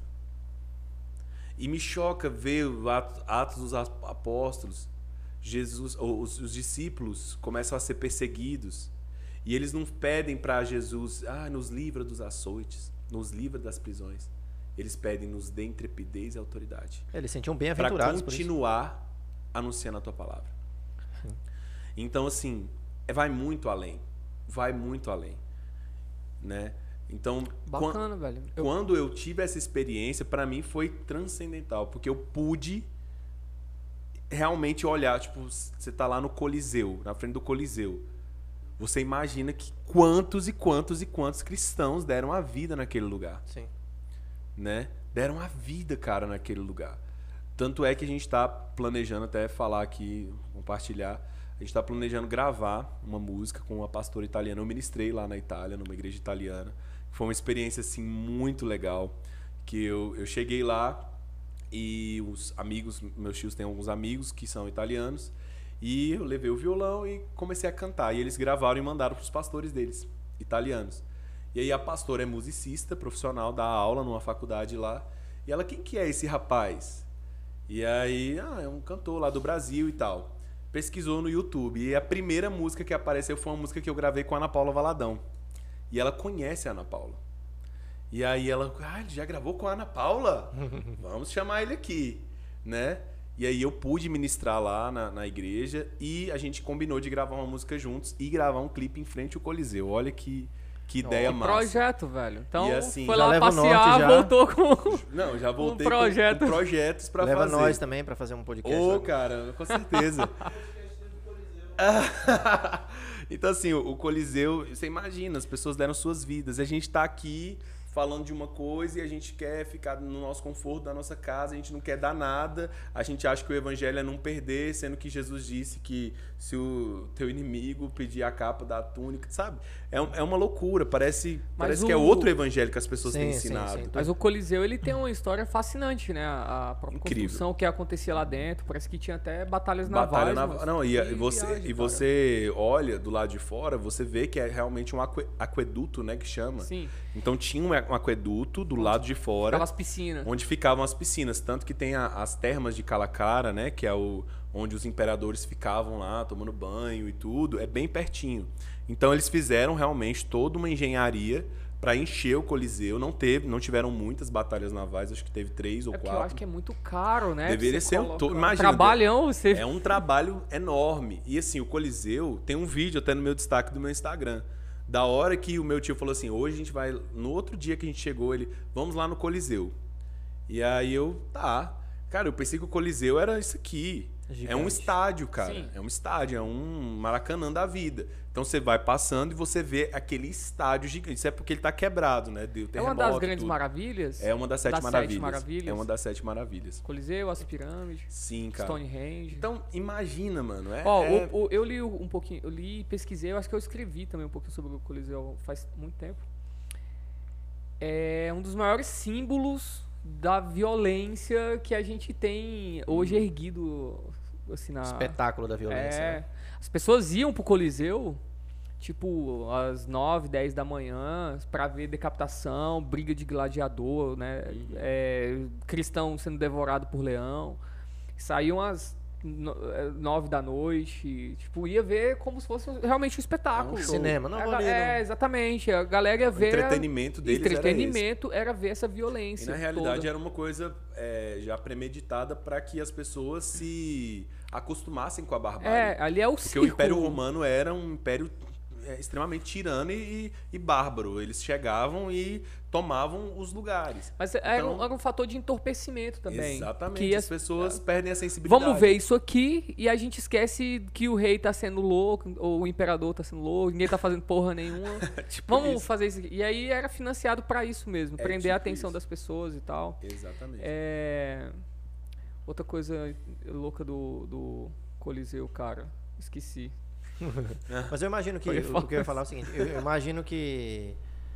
E me choca ver Atos dos Apóstolos. Jesus, os, os discípulos começam a ser perseguidos. E eles não pedem para Jesus, ah, nos livra dos açoites, nos livra das prisões. Eles pedem, nos dê intrepidez e autoridade. Eles sentiam bem-aventurados para continuar anunciando a tua palavra. Sim. Então, assim, vai muito além. Vai muito além. Né? Então, Bacana, quando, velho. Eu... quando eu tive essa experiência, para mim foi transcendental, porque eu pude realmente olhar, tipo, você tá lá no Coliseu, na frente do Coliseu. Você imagina que quantos e quantos e quantos cristãos deram a vida naquele lugar. Sim. Né? Deram a vida, cara, naquele lugar. Tanto é que a gente está planejando, até falar aqui, compartilhar, a gente está planejando gravar uma música com uma pastora italiana. Eu ministrei lá na Itália, numa igreja italiana. Foi uma experiência, assim, muito legal. Que eu, eu cheguei lá e os amigos, meus tios têm alguns amigos que são italianos, e eu levei o violão e comecei a cantar. E eles gravaram e mandaram para os pastores deles, italianos. E aí a pastora é musicista, profissional, dá aula numa faculdade lá. E ela, quem que é esse rapaz? E aí, ah, é um cantor lá do Brasil e tal. Pesquisou no YouTube. E a primeira música que apareceu foi uma música que eu gravei com a Ana Paula Valadão. E ela conhece a Ana Paula. E aí ela, ah, ele já gravou com a Ana Paula? Vamos chamar ele aqui, né? E aí eu pude ministrar lá na, na igreja e a gente combinou de gravar uma música juntos e gravar um clipe em frente ao Coliseu. Olha que, que ideia oh, massa. Projeto, velho. Então e assim, foi lá passear, voltou com Não, já voltei um projeto. Com, com projetos pra Leva fazer. Leva nós também pra fazer um podcast. Ô, oh, cara, com certeza. Então assim, o, o Coliseu, você imagina, as pessoas deram suas vidas. E a gente tá aqui falando de uma coisa e a gente quer ficar no nosso conforto da nossa casa, a gente não quer dar nada, a gente acha que o evangelho é não perder, sendo que Jesus disse que se o teu inimigo pedir a capa da túnica, sabe? É, é uma loucura, parece, parece o... que é outro evangelho que as pessoas sim, têm ensinado. Sim, sim. Mas o Coliseu, ele tem uma história fascinante, né? A própria Incrível. Construção, o que acontecia lá dentro, parece que tinha até batalhas Batalha navais. Nav... Não, e, e, você, viagem, e você olha do lado de fora, você vê que é realmente um aqu... aqueduto, né, que chama. Sim. Então tinha um um aqueduto do onde lado de fora, ficava as piscinas. onde ficavam as piscinas, tanto que tem a, as termas de Calacara, né, que é o onde os imperadores ficavam lá tomando banho e tudo, é bem pertinho. Então eles fizeram realmente toda uma engenharia para encher o Coliseu. Não teve, não tiveram muitas batalhas navais, acho que teve três ou é quatro. Eu acho que é muito caro, né? Deveria ser um to... Imagina, trabalhão, você... É um trabalho enorme. E assim, o Coliseu tem um vídeo até no meu destaque do meu Instagram. Da hora que o meu tio falou assim, hoje a gente vai... No outro dia que a gente chegou, ele... Vamos lá no Coliseu. E aí eu, tá. Cara, eu pensei que o Coliseu era isso aqui. Gigante. É um estádio, cara. Sim. É um estádio, é um Maracanã da vida. Então você vai passando e você vê aquele estádio gigante. Isso é porque ele tá quebrado, né? Deu É uma terremoto, das grandes tudo. maravilhas? É uma das sete, Das sete maravilhas. maravilhas. É uma das sete maravilhas. Coliseu, as pirâmides, Sim, cara. Stonehenge. Então, imagina, mano. É, Ó, é- o- o- eu li um pouquinho, eu li e pesquisei, eu acho que eu escrevi também um pouquinho sobre o Coliseu faz muito tempo. É um dos maiores símbolos da violência que a gente tem hoje erguido assim na Espetáculo da violência. É, né? as pessoas iam pro Coliseu tipo às nove, dez da manhã pra ver decapitação, briga de gladiador, né? É, cristão sendo devorado por leão. Saíam às no- eh, nove da noite, tipo, ia ver como se fosse realmente um espetáculo. É um cinema, não A vou ga- ali, É, não. exatamente. A galera ia ver. entretenimento deles era entretenimento era, ver essa E violência. na realidade toda. era uma coisa é, já premeditada para que as pessoas se acostumassem com a barbárie. É, ali é o Porque circo. o Império Romano era um império é, extremamente tirano e, e bárbaro. Eles chegavam e tomavam os lugares. Mas era, Então- um, era um fator de entorpecimento também. Exatamente. Que as as- pessoas perdem a sensibilidade. Vamos ver isso aqui e a gente esquece que o rei tá sendo louco, ou o imperador tá sendo louco, ninguém tá fazendo porra nenhuma. Tipo Vamos isso. fazer isso aqui. E aí era financiado pra isso mesmo, É prender a tipo atenção isso. das pessoas e tal. Exatamente. É... Outra coisa louca do, do Coliseu, cara. Esqueci. Mas eu imagino que Eu ia o falar que eu ia falar é o seguinte, eu eu imagino que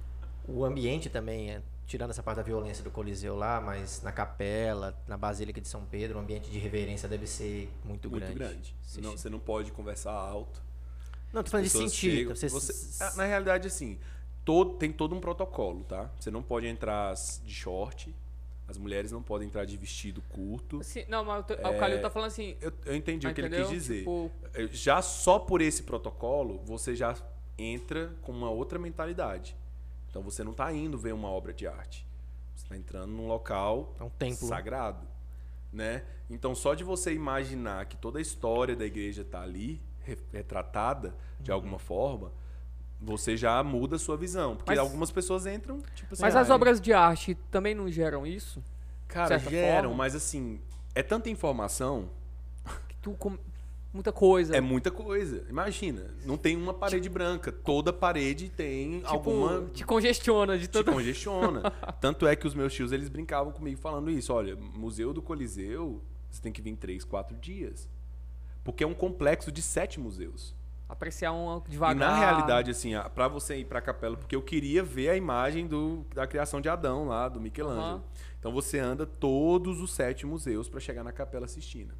o ambiente também, é, tirando essa parte da violência do Coliseu lá, mas na capela, na Basílica de São Pedro, o ambiente de reverência deve ser muito, Muito grande. grande. Você Não, che- você não pode conversar alto. Não, tô falando de Pessoas sentir. chegam- Você, você- ah, na realidade, assim, todo, tem todo um protocolo, tá? Você não pode entrar de short, as mulheres não podem entrar de vestido curto. Assim, não, mas o, te- o Calil tá falando assim. Eu, eu entendi Ah, o que ele entendeu? quis dizer. Tipo- Eh, Já só por esse protocolo, você já entra com uma outra mentalidade. Então você não está indo ver uma obra de arte. Você está entrando num local É um templo. sagrado, né? Então só de você imaginar que toda a história da igreja está ali re- retratada de Uhum. alguma forma, você já muda a sua visão, porque Mas- algumas pessoas entram tipo assim, Mas ah, as obras de arte também não geram isso? cara, certa geram, forma? mas assim, é tanta informação. Que tu com muita coisa. É muita coisa. Imagina, não tem uma parede branca. Toda parede tem tipo, alguma. te congestiona de Te tanto. congestiona. Tanto é que os meus tios eles brincavam comigo falando isso. Olha, Museu do Coliseu, você tem que vir três, quatro dias. Porque é um complexo de sete museus. Apreciar um devagar. E na realidade, assim, a- pra você ir pra capela, porque eu queria ver a imagem do, da criação de Adão lá, do Michelangelo. Aham. Então você anda todos os sete museus pra chegar na Capela Sistina.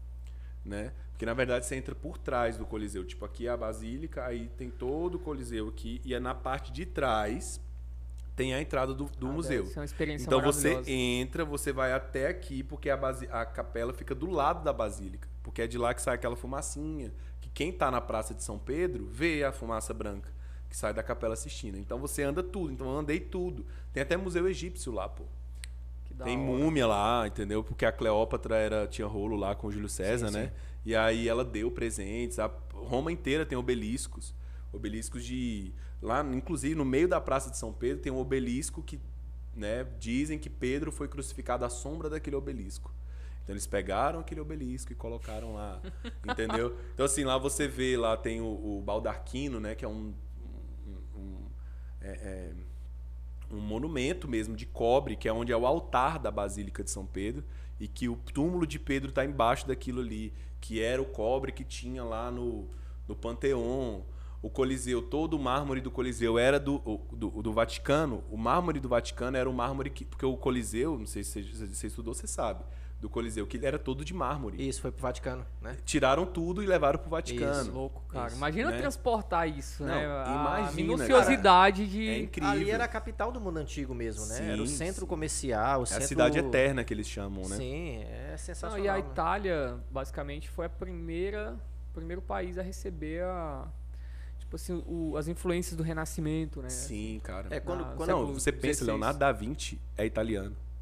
Né? Porque na verdade você entra por trás do Coliseu. Tipo, aqui é a Basílica, aí tem todo o Coliseu aqui, e é na parte de trás tem a entrada do, do Ah, museu. deve ser uma experiência Então você maravilhosa. entra, você vai até aqui, porque a, basi- a capela fica do lado da Basílica. Porque é de lá que sai aquela fumacinha. Que quem tá na Praça de São Pedro vê a fumaça branca que sai da Capela Sistina. Então você anda tudo. Então eu andei tudo. Tem até museu egípcio lá, pô. Que da Tem hora. múmia lá, entendeu? Porque a Cleópatra era, tinha rolo lá com o Júlio César, Sim, né? sim. E aí ela deu presentes. A Roma inteira tem obeliscos. Obeliscos de... Lá, inclusive, no meio da Praça de São Pedro, tem um obelisco que, né, dizem que Pedro foi crucificado à sombra daquele obelisco. Então eles pegaram aquele obelisco e colocaram lá, entendeu? Então assim, lá você vê, lá tem o, o baldaquino, né? Que é um... um- um- é- é, um monumento mesmo de cobre, que é onde é o altar da Basílica de São Pedro, e que o túmulo de Pedro está embaixo daquilo ali, que era o cobre que tinha lá no, no Panteão. O Coliseu, todo o mármore do Coliseu era do, o- do, do Vaticano. O mármore do Vaticano era o mármore que... Porque o Coliseu, não sei se você, você estudou, você sabe, do Coliseu, que ele era todo de mármore. Isso foi pro Vaticano, né? Tiraram tudo e levaram pro Vaticano. Isso. Louco, cara. Isso, Imagina né? transportar isso, Não, né? A imagina, minuciosidade de. É incrível. Ali era a capital do mundo antigo mesmo, né? Sim, era o centro sim. comercial, o É centro... a cidade eterna que eles chamam, né? Sim, é Não, sensacional. e a né? Itália, basicamente, foi a primeira, o primeiro país a receber a, tipo assim, o- as influências do Renascimento, né? Sim, cara. É, quando, Ah, quando Não, século você pensa, dezesseis. Leonardo da Vinci é italiano.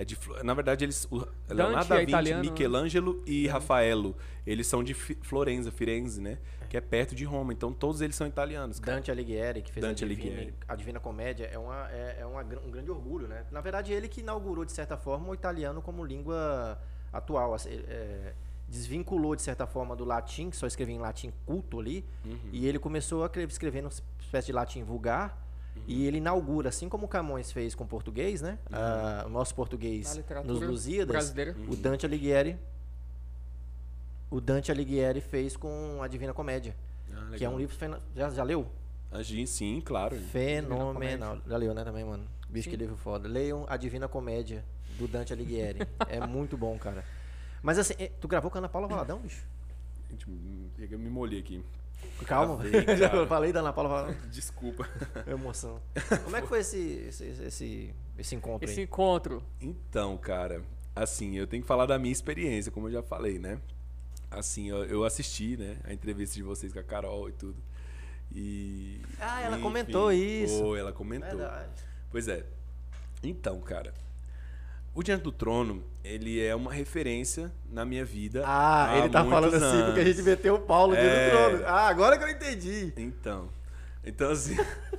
É de, na verdade, eles, o Dante Leonardo da é Vinci, italiano, Michelangelo e Rafaelo, eles são de Fi- Florença, Firenze, né? Que é perto de Roma. Então, todos eles são italianos, cara. Dante Alighieri, que fez Dante a, Divina, Alighieri. a Divina Comédia, é, uma, é, é uma, um grande orgulho, né? Na verdade, ele que inaugurou, de certa forma, o italiano como língua atual. Assim, é, desvinculou, de certa forma, do latim, que só escrevia em latim culto ali, Uhum. e ele começou a escrever numa espécie de latim vulgar, uhum. e ele inaugura, assim como o Camões fez com o português, né? Uhum. Ah, o nosso português nos Lusíadas, brasileira. o Dante Alighieri, o Dante Alighieri fez com a Divina Comédia, Ah, que é um livro... Já, já leu? A gente, sim, claro. Fenomenal. Já leu, né, também, mano? Bicho, Sim. que livro foda. Leiam A Divina Comédia, do Dante Alighieri. É muito bom, cara. Mas assim, eh, tu gravou com a Ana Paula Valadão, bicho? Gente, eu me molhei aqui. Calma. Gravei, cara. Eu falei da Ana Paula Valadão. Desculpa. Emoção. Como é que foi esse, esse, esse, esse encontro Esse aí? encontro. Então, cara, assim, eu tenho que falar da minha experiência, como eu já falei, né? Assim, eu, eu assisti, né, a entrevista de vocês com a Carol e tudo. E... Ah, ela enfim, comentou isso. Foi, ela comentou. Verdade. Pois é. Então, cara, o Diante do Trono, ele é uma referência na minha vida. Ah, há ele tá muitos falando assim anos. porque a gente meteu o Paulo dentro É. do trono. Ah, agora que eu entendi. Então, então assim...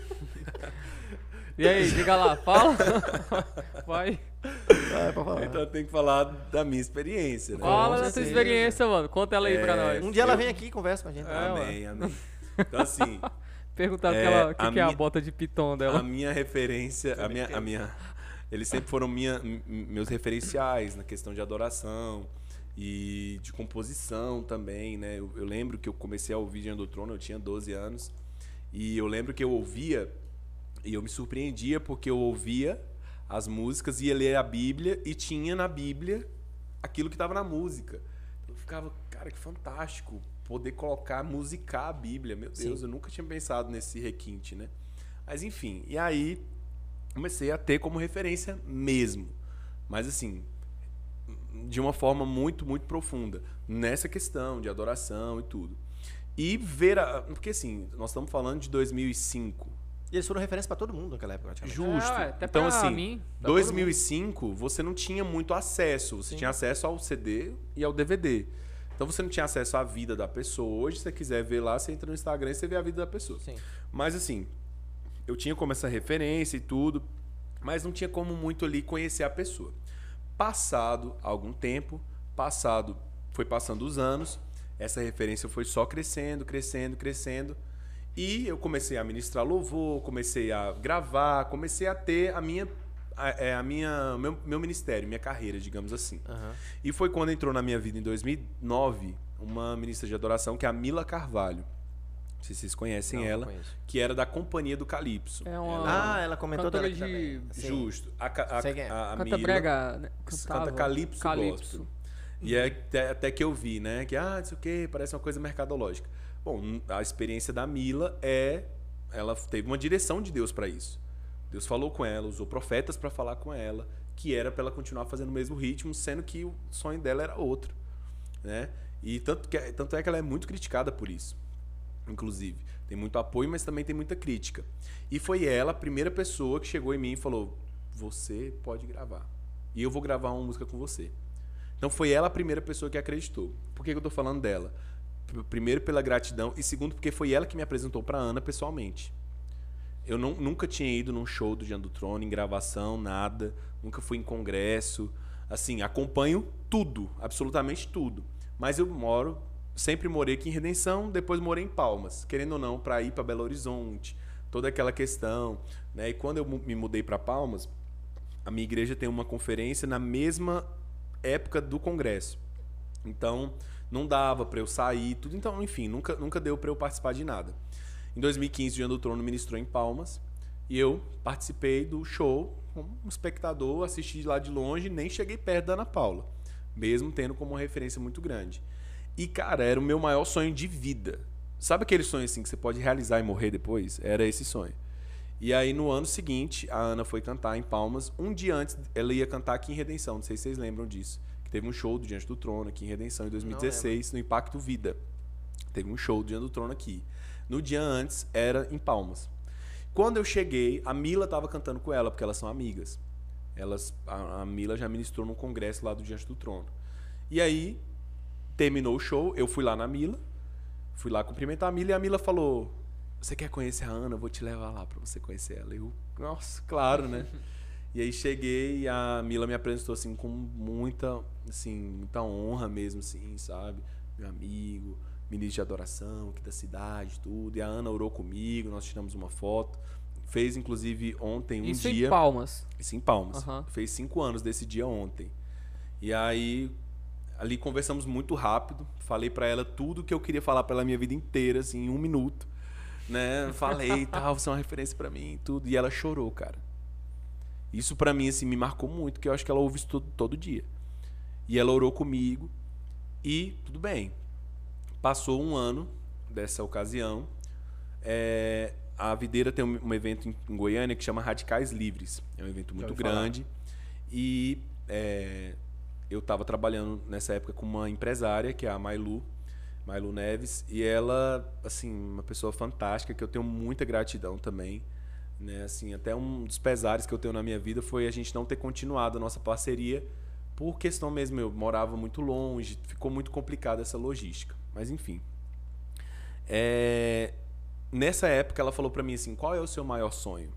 E aí, diga lá, fala. Vai. Vai, pra falar. Então eu tenho que falar da minha experiência, né? Fala da sua certeza. experiência, mano. Conta ela aí pra nós. Um dia ela eu- vem aqui e conversa com a gente. É, Amém, amém. Então assim, Perguntar o que, É, ela, o que, a que é a minha- bota de piton dela. a minha referência, a minha, a minha, eles sempre foram minha, m- meus referenciais na questão de adoração e de composição também, né? Eu, eu lembro que eu comecei a ouvir Diante do Trono, eu tinha doze anos, e eu lembro que eu ouvia e eu me surpreendia porque eu ouvia as músicas, ia ler a Bíblia e tinha na Bíblia aquilo que estava na música. Eu ficava, cara, que fantástico poder colocar, musicar a Bíblia. Meu Deus, Sim. eu nunca tinha pensado nesse requinte, né? Mas enfim, e aí comecei a ter como referência mesmo. Mas assim, de uma forma muito, muito profunda nessa questão de adoração e tudo. E ver a... Porque assim, nós estamos falando de dois mil e cinco. E eles foram referência pra todo mundo naquela época, praticamente. Justo. É, ué, até então, pra assim, mim, pra dois todo mil e cinco você não tinha muito acesso. Você Sim. tinha acesso ao C D e ao D V D. Então você não tinha acesso à vida da pessoa. Hoje, se você quiser ver lá, você entra no Instagram e você vê a vida da pessoa. Sim. Mas assim, eu tinha como essa referência e tudo, mas não tinha como muito ali conhecer a pessoa. Passado algum tempo, passado, foi passando os anos, essa referência foi só crescendo, crescendo, crescendo. E eu comecei a ministrar louvor, comecei a gravar, comecei a ter a minha, a, é, a minha meu, meu ministério, minha carreira, digamos assim. Aham. E foi quando entrou na minha vida, em dois mil e nove, uma ministra de adoração, que é a Mila Carvalho. Não sei se vocês conhecem Não, não ela, conheço. que era da Companhia do Calypso. É uma Ah, ela comentou cantora dela de... aqui também. Sim. Justo. A, ca- a, Sei quem é. a, a Canta Mila brega, né? canta Cantava. Calypso, Calypso. Gospel. E é até, até que eu vi, né? Que, ah, não sei o quê, parece uma coisa mercadológica. Bom, a experiência da Mila é... Ela teve uma direção de Deus para isso. Deus falou com ela, usou profetas para falar com ela, que era para ela continuar fazendo o mesmo ritmo, sendo que o sonho dela era outro, né? E tanto, que, tanto é que ela é muito criticada por isso, inclusive. Tem muito apoio, mas também tem muita crítica. E foi ela a primeira pessoa que chegou em mim e falou: você pode gravar. E eu vou gravar uma música com você. Então foi ela a primeira pessoa que acreditou. Por que que eu tô falando dela? Primeiro pela gratidão e segundo porque foi ela que me apresentou para Ana pessoalmente. Eu não, nunca tinha ido num show do Diante do Trono, em gravação, nada. Nunca fui em congresso. Assim, acompanho tudo, absolutamente tudo. Mas eu moro, sempre morei aqui em Redenção, depois morei em Palmas. Querendo ou não, para ir para Belo Horizonte, toda aquela questão, né? E quando eu me mudei para Palmas, a minha igreja tem uma conferência na mesma época do congresso. Então, não dava para eu sair, tudo. Então, enfim, nunca, nunca deu para eu participar de nada. Em dois mil e quinze, o Diante do Trono ministrou em Palmas e eu participei do show como um espectador, assisti lá de longe, nem cheguei perto da Ana Paula, mesmo tendo como uma referência muito grande. E, cara, era o meu maior sonho de vida. Sabe aquele sonho assim que você pode realizar e morrer depois? Era esse sonho. E aí, no ano seguinte, a Ana foi cantar em Palmas. Um dia antes, ela ia cantar aqui em Redenção. Não sei se vocês lembram disso. Teve um show do Diante do Trono aqui em Redenção em dois mil e dezesseis, no Impacto Vida. Teve um show do Diante do Trono aqui. No dia antes, era em Palmas. Quando eu cheguei, a Mila estava cantando com ela, porque elas são amigas. Elas, a, a Mila já ministrou num congresso lá do Diante do Trono. E aí, terminou o show, eu fui lá na Mila, fui lá cumprimentar a Mila e a Mila falou: você quer conhecer a Ana? Eu vou te levar lá pra você conhecer ela. Eu, nossa, claro, né? E aí cheguei e a Mila me apresentou assim com muita, assim, muita honra mesmo, assim, sabe? Meu amigo, ministro de adoração aqui da cidade, tudo. E a Ana orou comigo, nós tiramos uma foto. Fez, inclusive, ontem um Isso dia... em Palmas. Isso em Palmas. Uhum. Fez cinco anos desse dia ontem. E aí, ali conversamos muito rápido. Falei pra ela tudo que eu queria falar pela minha vida inteira, assim, em um minuto. Né? Falei e tal, você é uma referência pra mim e tudo. E ela chorou, cara. Isso pra mim, assim, me marcou muito, porque eu acho que ela ouve isso todo, todo dia. E ela orou comigo e tudo bem. Passou um ano dessa ocasião. É, a Videira tem um, um evento em, em Goiânia que chama Radicais Livres. É um evento muito grande. E é, eu estava trabalhando nessa época com uma empresária, que é a Mailu, Mailu Neves. E ela, assim, uma pessoa fantástica, que eu tenho muita gratidão também. Né? Assim, até um dos pesares que eu tenho na minha vida foi a gente não ter continuado a nossa parceria por questão mesmo, eu morava muito longe, ficou muito complicada essa logística. Mas enfim. É... Nessa época ela falou pra mim assim, qual é o seu maior sonho?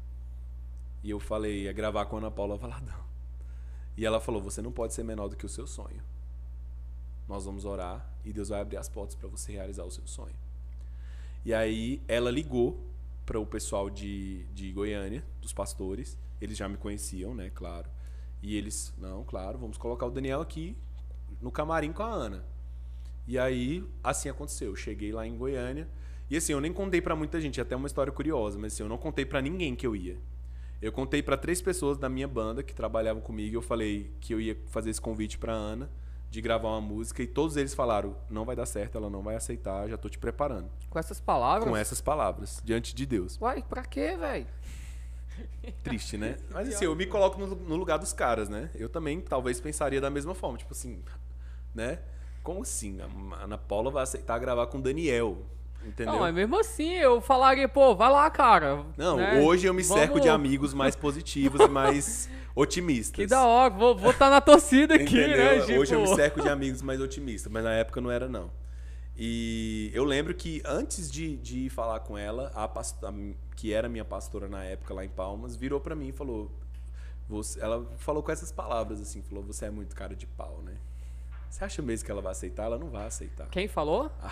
E eu falei, é gravar com a Ana Paula Valadão. E ela falou, você não pode ser menor do que o seu sonho. Nós vamos orar e Deus vai abrir as portas para você realizar o seu sonho. E aí ela ligou para o pessoal de, de Goiânia, dos pastores. Eles já me conheciam, né, claro. E eles, não, claro, vamos colocar o Daniel aqui no camarim com a Ana. E aí, assim aconteceu. Eu cheguei lá em Goiânia. E assim, eu nem contei pra muita gente, até uma história curiosa, mas assim, eu não contei pra ninguém que eu ia. Eu contei pra três pessoas da minha banda que trabalhavam comigo. Eu falei que eu ia fazer esse convite pra Ana de gravar uma música. E todos eles falaram, não vai dar certo, ela não vai aceitar, já tô te preparando. Com essas palavras? Com essas palavras, diante de Deus. Uai, pra quê, velho? Triste, né? Mas assim, eu me coloco no, no lugar dos caras, né? Eu também talvez pensaria da mesma forma. Tipo assim, né? Como assim? A Ana Paula vai aceitar gravar com o Daniel, entendeu? Não, mas mesmo assim, eu falaria, pô, vai lá, cara. Não, né? hoje eu me Vamos... cerco de amigos mais positivos e mais otimistas. Que da hora, vou estar vou tá na torcida aqui, entendeu? né, tipo... Hoje eu me cerco de amigos mais otimistas, mas na época não era, não. E eu lembro que antes de, de falar com ela, a, pastora, que era minha pastora na época lá em Palmas, virou pra mim e falou... Você, ela falou com essas palavras assim, falou, você é muito cara de pau, né? Você acha mesmo que ela vai aceitar? Ela não vai aceitar. Quem falou? A,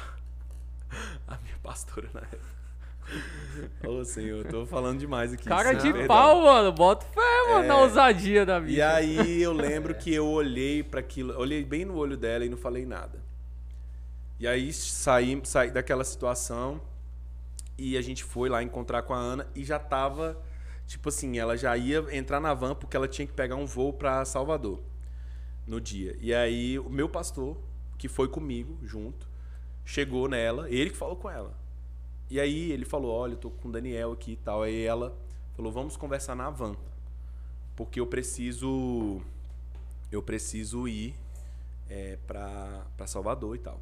a minha pastora na época. Ô, senhor, eu tô falando demais aqui. Cara sim, de perdão. pau, mano. Bota fé, mano, É, na ousadia da vida. E aí eu lembro que eu olhei para aquilo, olhei bem no olho dela e não falei nada. E aí saí, saí daquela situação e a gente foi lá encontrar com a Ana e já tava, tipo assim, ela já ia entrar na van porque ela tinha que pegar um voo para Salvador no dia. E aí o meu pastor, que foi comigo junto, chegou nela, ele que falou com ela. E aí ele falou, olha, eu tô com o Daniel aqui e tal. Aí ela falou, vamos conversar na van, porque eu preciso eu preciso ir é, pra, pra Salvador e tal.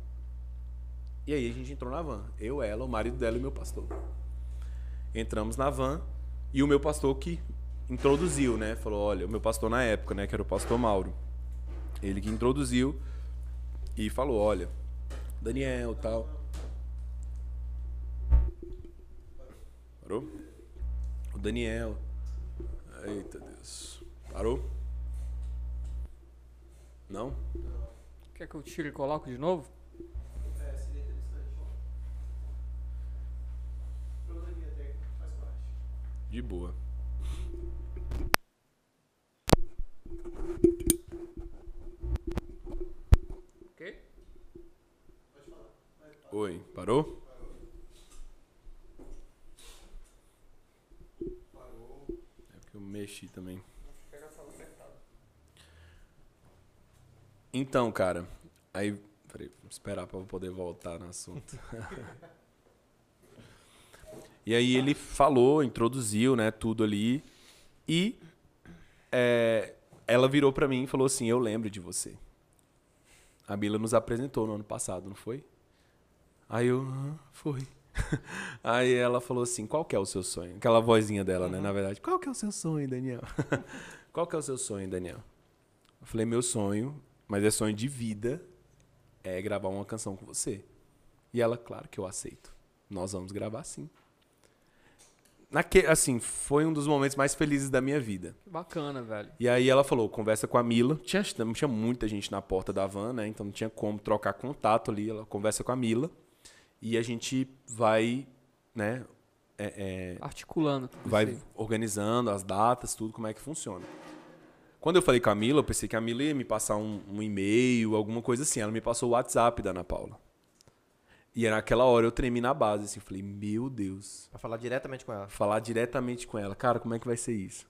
E aí a gente entrou na van, eu, ela, o marido dela e o meu pastor. Entramos na van e o meu pastor que introduziu, né? Falou, olha, o meu pastor na época, né? Que era o pastor Mauro. Ele que introduziu e falou, olha, Daniel e tal. Parou? O Daniel. Eita Deus. Parou? Não? Quer que eu tire e coloque de novo? É, seria interessante. Probleminha técnica faz parte. De boa. Ok? Pode falar. Oi, parou? Parou. É porque eu mexi também. Então, cara, aí, peraí, vamos esperar pra eu poder voltar no assunto. E aí ele falou, introduziu, né, tudo ali, e é, ela virou pra mim e falou assim, eu lembro de você. A Mila nos apresentou no ano passado, não foi? Aí eu, ah, foi. Aí ela falou assim, qual que é o seu sonho? Aquela vozinha dela, né, na verdade. Qual que é o seu sonho, Daniel? qual que é o seu sonho, Daniel? Eu falei, meu sonho, mas é sonho de vida, é gravar uma canção com você. E ela, claro que eu aceito. Nós vamos gravar sim. Naque, assim, foi um dos momentos mais felizes da minha vida. Que bacana, velho. E aí ela falou, conversa com a Mila. Tinha, tinha muita gente na porta da van, né? Então não tinha como trocar contato ali. Ela conversa com a Mila. E a gente vai, né? É, é, Articulando. vai Sei. organizando as datas, tudo, como é que funciona. Quando eu falei com a Mila, eu pensei que a Mila ia me passar um, um e-mail, alguma coisa assim. Ela me passou o WhatsApp da Ana Paula. E naquela hora eu tremi na base, assim, falei, meu Deus. Pra falar diretamente com ela. Falar diretamente com ela. Cara, como é que vai ser isso?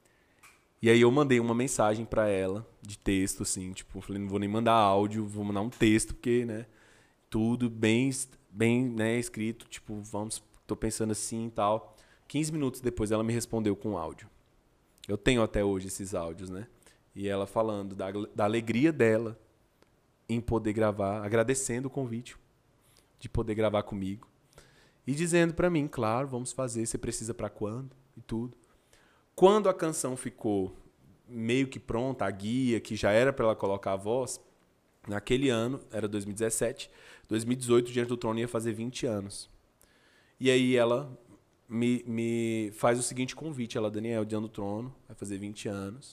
E aí eu mandei uma mensagem pra ela, de texto, assim, tipo, falei, não vou nem mandar áudio, vou mandar um texto, porque, né, tudo bem, bem, né, escrito, tipo, vamos, tô pensando assim e tal. quinze minutos depois ela me respondeu com áudio. Eu tenho até hoje esses áudios, né? E ela falando da, da alegria dela em poder gravar, agradecendo o convite de poder gravar comigo. E dizendo pra mim, claro, vamos fazer, você precisa pra quando? E tudo. Quando a canção ficou meio que pronta, a guia, que já era pra ela colocar a voz, naquele ano, era dois mil e dezessete, dois mil e dezoito, Diante do Trono ia fazer vinte anos. E aí ela me, me faz o seguinte convite, ela, Daniel, Diante do Trono, vai fazer vinte anos.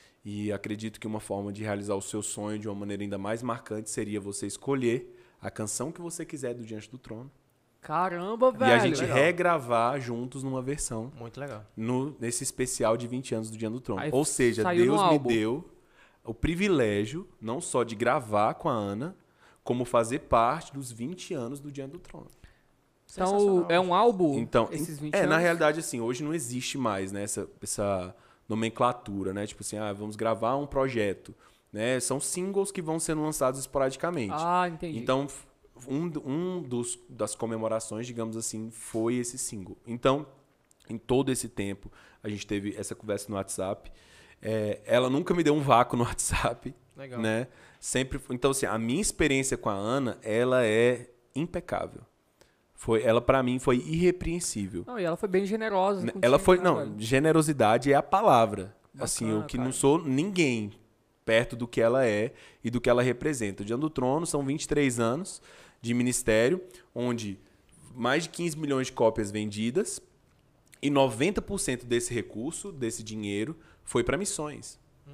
E acredito que uma forma de realizar o seu sonho de uma maneira ainda mais marcante seria você escolher a canção que você quiser do Diante do Trono. Caramba, velho. E a gente legal. regravar juntos numa versão. Muito legal. No, nesse especial de vinte anos do Diante do Trono. Aí Ou seja, saiu no Deus me álbum. deu o privilégio não só de gravar com a Ana, como fazer parte dos vinte anos do Diante do Trono. Então, Sensacional. é um álbum, Então, esses vinte é, anos? na realidade, assim, hoje não existe mais, né, essa, essa nomenclatura, né? Tipo assim, ah, vamos gravar um projeto, né? São singles que vão sendo lançados esporadicamente. Ah, entendi. Então, um, um dos, das comemorações, digamos assim, foi esse single. Então, em todo esse tempo, a gente teve essa conversa no WhatsApp. É, ela nunca me deu um vácuo no WhatsApp. Legal. Né? Sempre, então, assim, a minha experiência com a Ana, ela é impecável. Foi, ela, pra mim, foi irrepreensível. Não, e ela foi bem generosa. contigo, Ela foi, né, não, velho? generosidade é a palavra. Bacana, assim, eu que cara. não sou ninguém perto do que ela é e do que ela representa. O Diante do Trono são vinte e três anos de ministério, onde mais de quinze milhões de cópias vendidas e noventa por cento desse recurso, desse dinheiro, foi para missões. Uhum.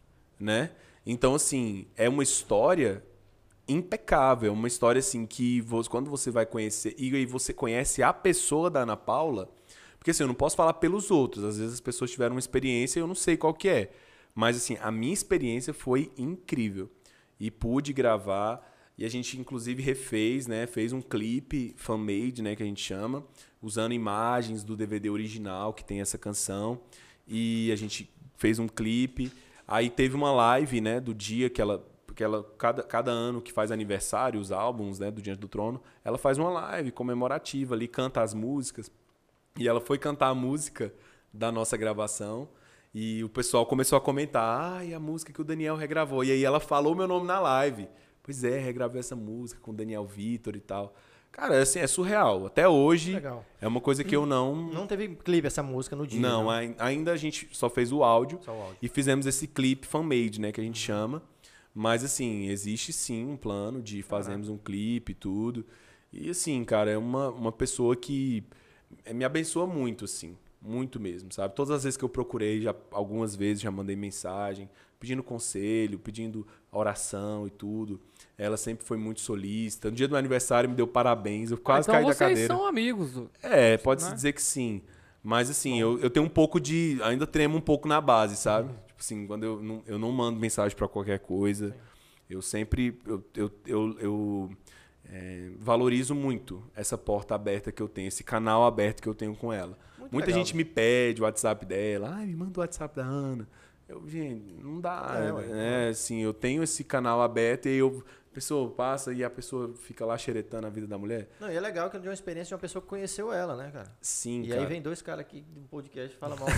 Né? Então, assim, é uma história impecável, uma história assim que você, quando você vai conhecer, e aí você conhece a pessoa da Ana Paula, porque assim, eu não posso falar pelos outros, às vezes as pessoas tiveram uma experiência e eu não sei qual que é, mas assim, a minha experiência foi incrível e pude gravar, e a gente inclusive refez, né, fez um clipe fan-made, né, que a gente chama, usando imagens do D V D original que tem essa canção, e a gente fez um clipe, aí teve uma live, né, do dia que ela porque ela, cada, cada ano que faz aniversário, os álbuns, né, do Diante do Trono, ela faz uma live comemorativa ali, canta as músicas. E ela foi cantar a música da nossa gravação e o pessoal começou a comentar, ah, e a música que o Daniel regravou. E aí ela falou meu nome na live. Pois é, regravei essa música com o Daniel Vitor e tal. Cara, assim, é surreal. Até hoje Legal. é uma coisa que eu não... Não teve clipe essa música no dia. Não, Não, ai- ainda a gente só fez o áudio, Só o áudio. e fizemos esse clipe fan-made, né, que a gente chama. Mas, assim, existe sim um plano de fazermos um clipe e tudo. E, assim, cara, é uma, uma pessoa que me abençoa muito, assim. Muito mesmo, sabe? Todas as vezes que eu procurei, já, algumas vezes já mandei mensagem, pedindo conselho, pedindo oração e tudo. Ela sempre foi muito solícita. No dia do meu aniversário me deu parabéns, eu quase então caí da vocês cadeira. são amigos. do- É, pode-se né? dizer que sim. Mas, assim, eu, eu tenho um pouco de... Ainda tremo um pouco na base, sabe? Tipo assim, quando eu não, eu não mando mensagem pra qualquer coisa, eu sempre... Eu, eu, eu, eu, é, valorizo muito essa porta aberta que eu tenho, esse canal aberto que eu tenho com ela. Muito Muita legal, gente me pede o WhatsApp dela. Ai, me manda o WhatsApp da Ana. Eu, gente, não dá. É, ué. né? Assim, eu tenho esse canal aberto e eu... A pessoa passa e a pessoa fica lá xeretando a vida da mulher. Não, e é legal que eu dei uma experiência de uma pessoa que conheceu ela, né, cara? Sim, E cara. aí vem dois caras aqui do podcast e falam mal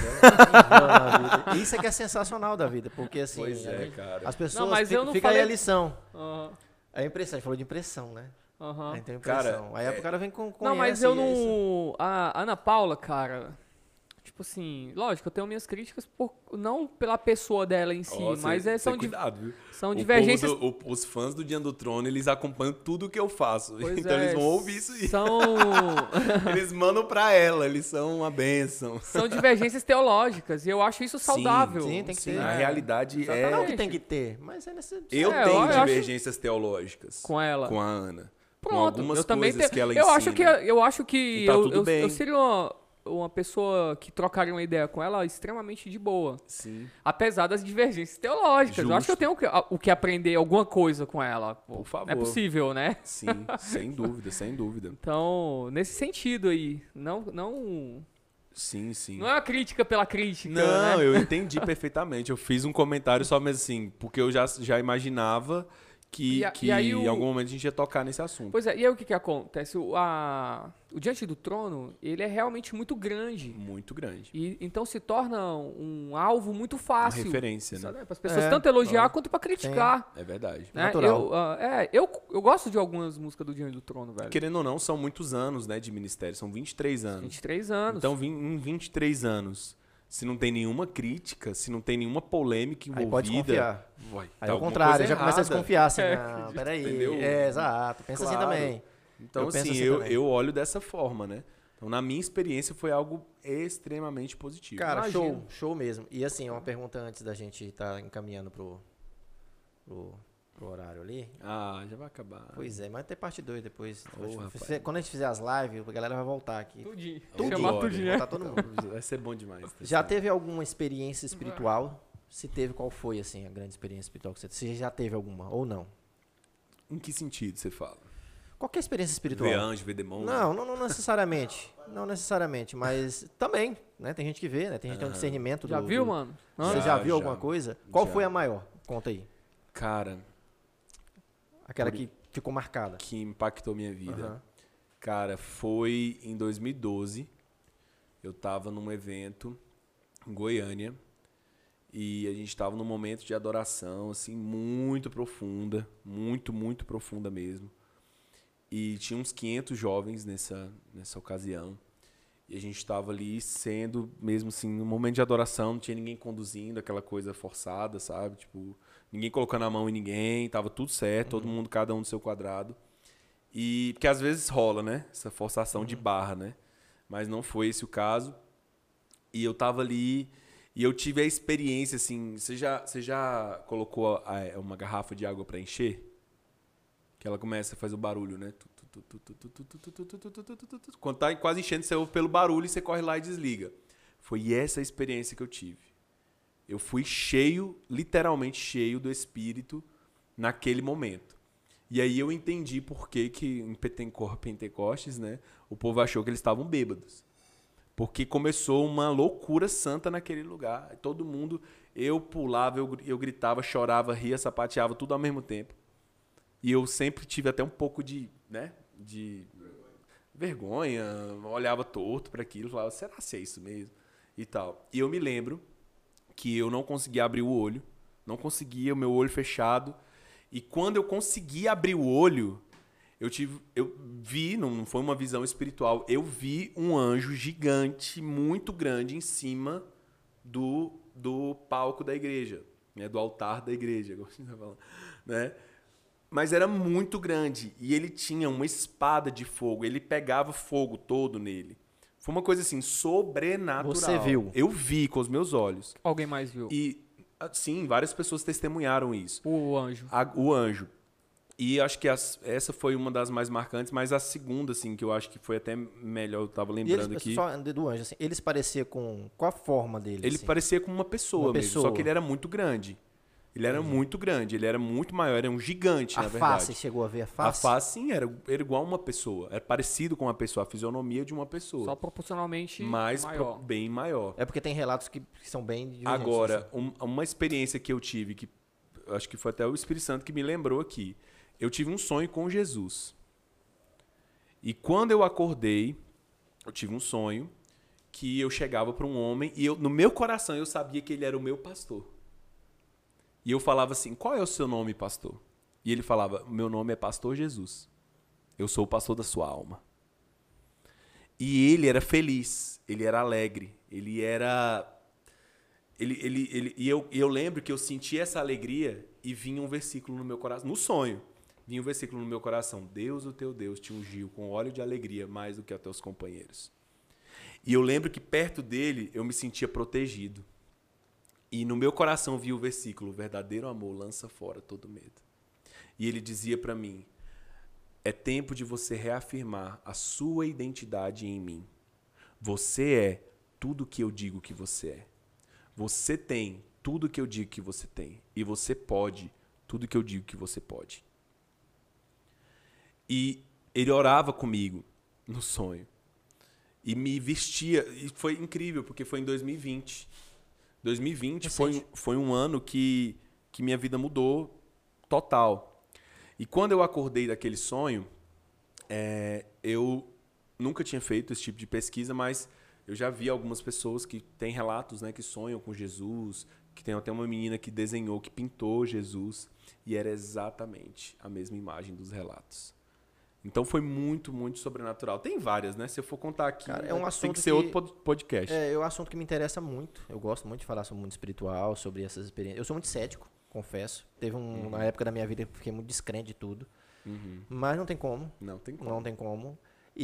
dela. Isso é que é sensacional da vida, porque assim, Pois a é, gente- cara. as pessoas Não, mas ficam, eu não fica aí falei- a lição. Aham, A impressão, a gente falou de impressão, né? aham. Aí tem Cara, impressão. aí é- o cara vem com, com Não, mas essa eu e é isso. não... A Ana Paula, cara... Tipo assim, lógico, eu tenho minhas críticas por, não pela pessoa dela em si, Ó, mas cê- é, cê são, di- cuidado, viu? são O divergências. povo do- o- os fãs do Dia do Trono, eles acompanham tudo que eu faço. Pois Então é, eles vão ouvir isso aí. São, Eles mandam pra ela, eles são uma bênção. são divergências teológicas e eu acho isso saudável. sim, tem que Sim, ser. a É, realidade Não exatamente. é o que tem que ter, mas é necessário. é... Eu É, tenho eu acho- divergências teológicas Com ela. com a Ana. Com Pronto, algumas eu também coisas tenho. que ela eu ensina. acho que eu acho que E tá eu, tudo eu, bem. eu seria uma, uma pessoa que trocaria uma ideia com ela extremamente de boa. Sim, Apesar das divergências teológicas. Eu acho que eu Justo. tenho o que, a- o que aprender alguma coisa com ela. Pô, Por favor. Não é possível, né? sim, sem dúvida, sem dúvida. Então, nesse sentido aí, não não Sim, sim. não é uma crítica pela crítica, Não, né? eu entendi perfeitamente. Eu fiz um comentário só mesmo assim, porque eu já, já imaginava que, E a- que e aí o- em algum momento a gente ia tocar nesse assunto. Pois é, e aí o que que acontece? O, a, o Diante do Trono, ele é realmente muito grande. Muito grande. E então se torna um alvo muito Uma fácil. referência, né? Para as pessoas É, tanto elogiar é. quanto para criticar. É verdade. Né? Natural. Eu, ah, é, eu, eu gosto de algumas músicas do Diante do Trono, velho. Querendo ou não, são muitos anos, né, de ministério. São vinte e três anos. vinte e três anos. Então, vim- em vinte e três anos, se não tem nenhuma crítica, se não tem nenhuma polêmica Aí pode envolvida... desconfiar. vai, Aí tá é o alguma contrário, coisa já começa a errada. desconfiar assim. É, Não, peraí. entendeu? É, exato. Pensa assim Claro. também. Então, Eu penso assim, assim eu, também. eu olho dessa forma, né? Então, na minha experiência, foi algo extremamente positivo. Cara, Imagino. show, show mesmo. E assim, uma pergunta antes da gente estar encaminhando pro, pro, pro horário ali. Ah, já vai acabar. Pois é, mas tem parte dois depois. Ô, Depois- rapaz. Quando a gente fizer as lives, a galera vai voltar aqui. Tudinho. Tudo, Chamar olha. tudinho, né? Voltar todo mundo. Vai ser bom demais. tá Já certo. teve alguma experiência espiritual? Se teve, qual foi, assim, a grande experiência espiritual que você Se já teve alguma, ou não? Em que sentido você fala? Qualquer experiência espiritual. Ver anjo, ver demônio? Não, não, não necessariamente. Não necessariamente, mas também, né? Tem gente que vê, né? Tem gente que tem um discernimento. Já do- viu, do- mano? Você Hã? já, Já, viu já. alguma coisa? Qual Já. foi a maior? Conta aí. Cara, Aquela Por- que ficou marcada. que impactou minha vida. Aham. Cara, foi em dois mil e doze. Eu tava num evento em Goiânia. E a gente tava num momento de adoração, assim, muito profunda. Muito, muito profunda mesmo. E tinha uns quinhentos jovens nessa, nessa ocasião. E a gente estava ali sendo, mesmo assim, num momento de adoração, não tinha ninguém conduzindo, aquela coisa forçada, sabe? Tipo, ninguém colocando a mão em ninguém, tava tudo certo, todo mundo, cada um no seu quadrado. E, porque às vezes rola, né? Essa forçação de barra, né? Mas não foi esse o caso. E eu tava ali, e eu tive a experiência, assim, você já, você já colocou a- uma garrafa de água para encher? Que ela começa a fazer o barulho, né? Quando tá quase enchendo, você ouve pelo barulho e você corre lá e desliga. Foi essa a experiência que eu tive. Eu fui cheio, literalmente cheio do Espírito naquele momento. E aí eu entendi por que que em Penteco- Pentecostes, né, o povo achou que eles estavam bêbados. Porque começou uma loucura santa naquele lugar. Todo mundo, eu pulava, eu, eu gritava, chorava, ria, sapateava, tudo ao mesmo tempo. E eu sempre tive até um pouco de, né, de vergonha, olhava torto para aquilo, falava, será que é isso mesmo? E tal. E eu me lembro que eu não conseguia abrir o olho, não conseguia, o meu olho fechado. E quando eu consegui abrir o olho, eu tive, eu vi, não não foi uma visão espiritual, eu vi um anjo gigante, muito grande, em cima do, do palco da igreja, né, do altar da igreja, como você tá falando, né? Mas era muito grande e ele tinha uma espada de fogo, ele pegava fogo todo nele. Foi uma coisa assim, sobrenatural. Você viu? Eu vi com os meus olhos. Alguém mais viu? E, sim, várias pessoas testemunharam isso. O anjo. A- o anjo. E acho que as- essa foi uma das mais marcantes, mas a segunda, assim, que eu acho que foi até melhor, eu tava E lembrando eles, aqui. só do anjo, assim, eles pareciam com. Qual a forma dele? Ele assim? parecia como uma pessoa Uma mesmo, pessoa. só que ele era muito grande. Ele era muito grande, ele era muito maior, era um gigante, A na verdade. face, chegou a ver a A face? face, sim, era, era igual uma pessoa. Era parecido com uma pessoa, a fisionomia de uma pessoa. Só proporcionalmente mas maior. pro- bem maior. É porque tem relatos que, que são bem divergentes, Agora, assim. um- uma experiência que eu tive, que eu acho que foi até o Espírito Santo que me lembrou aqui. Eu tive um sonho com Jesus. E quando eu acordei, eu tive um sonho que eu chegava para um homem e eu, no meu coração eu sabia que ele era o meu pastor. E eu falava assim, qual é o seu nome, pastor? E ele falava, meu nome é Pastor Jesus. Eu sou o pastor da sua alma. E ele era feliz, ele era alegre, ele era... Ele, ele, ele, e eu, eu lembro que eu senti essa alegria e vinha um versículo no meu coração, no sonho, vinha um versículo no meu coração. Deus, o teu Deus, te ungiu com óleo de alegria mais do que a teus companheiros. E eu lembro que perto dele eu me sentia protegido. E no meu coração vi o versículo, o verdadeiro amor lança fora todo medo. E ele dizia para mim, é tempo de você reafirmar a sua identidade em mim. Você é tudo que eu digo que você é. Você tem tudo que eu digo que você tem. E você pode tudo que eu digo que você pode. E ele orava comigo no sonho. E me vestia. E foi incrível, porque foi em dois mil e vinte. dois mil e vinte foi, foi um ano que, que minha vida mudou total. E quando eu acordei daquele sonho, é, eu nunca tinha feito esse tipo de pesquisa, mas eu já vi algumas pessoas que têm relatos, né, que sonham com Jesus, que tem até uma menina que desenhou, que pintou Jesus, e era exatamente a mesma imagem dos relatos. Então foi muito, muito sobrenatural. Tem várias, né? Se eu for contar aqui, Cara, é um assunto tem que ser que, outro podcast. É, é um assunto que me interessa muito. Eu gosto muito de falar sobre o mundo espiritual, sobre essas experiências. Eu sou muito cético, confesso. Teve um, Uhum. uma época da minha vida que eu fiquei muito descrente de tudo. Uhum. Mas não tem como. Não tem como. Não tem como.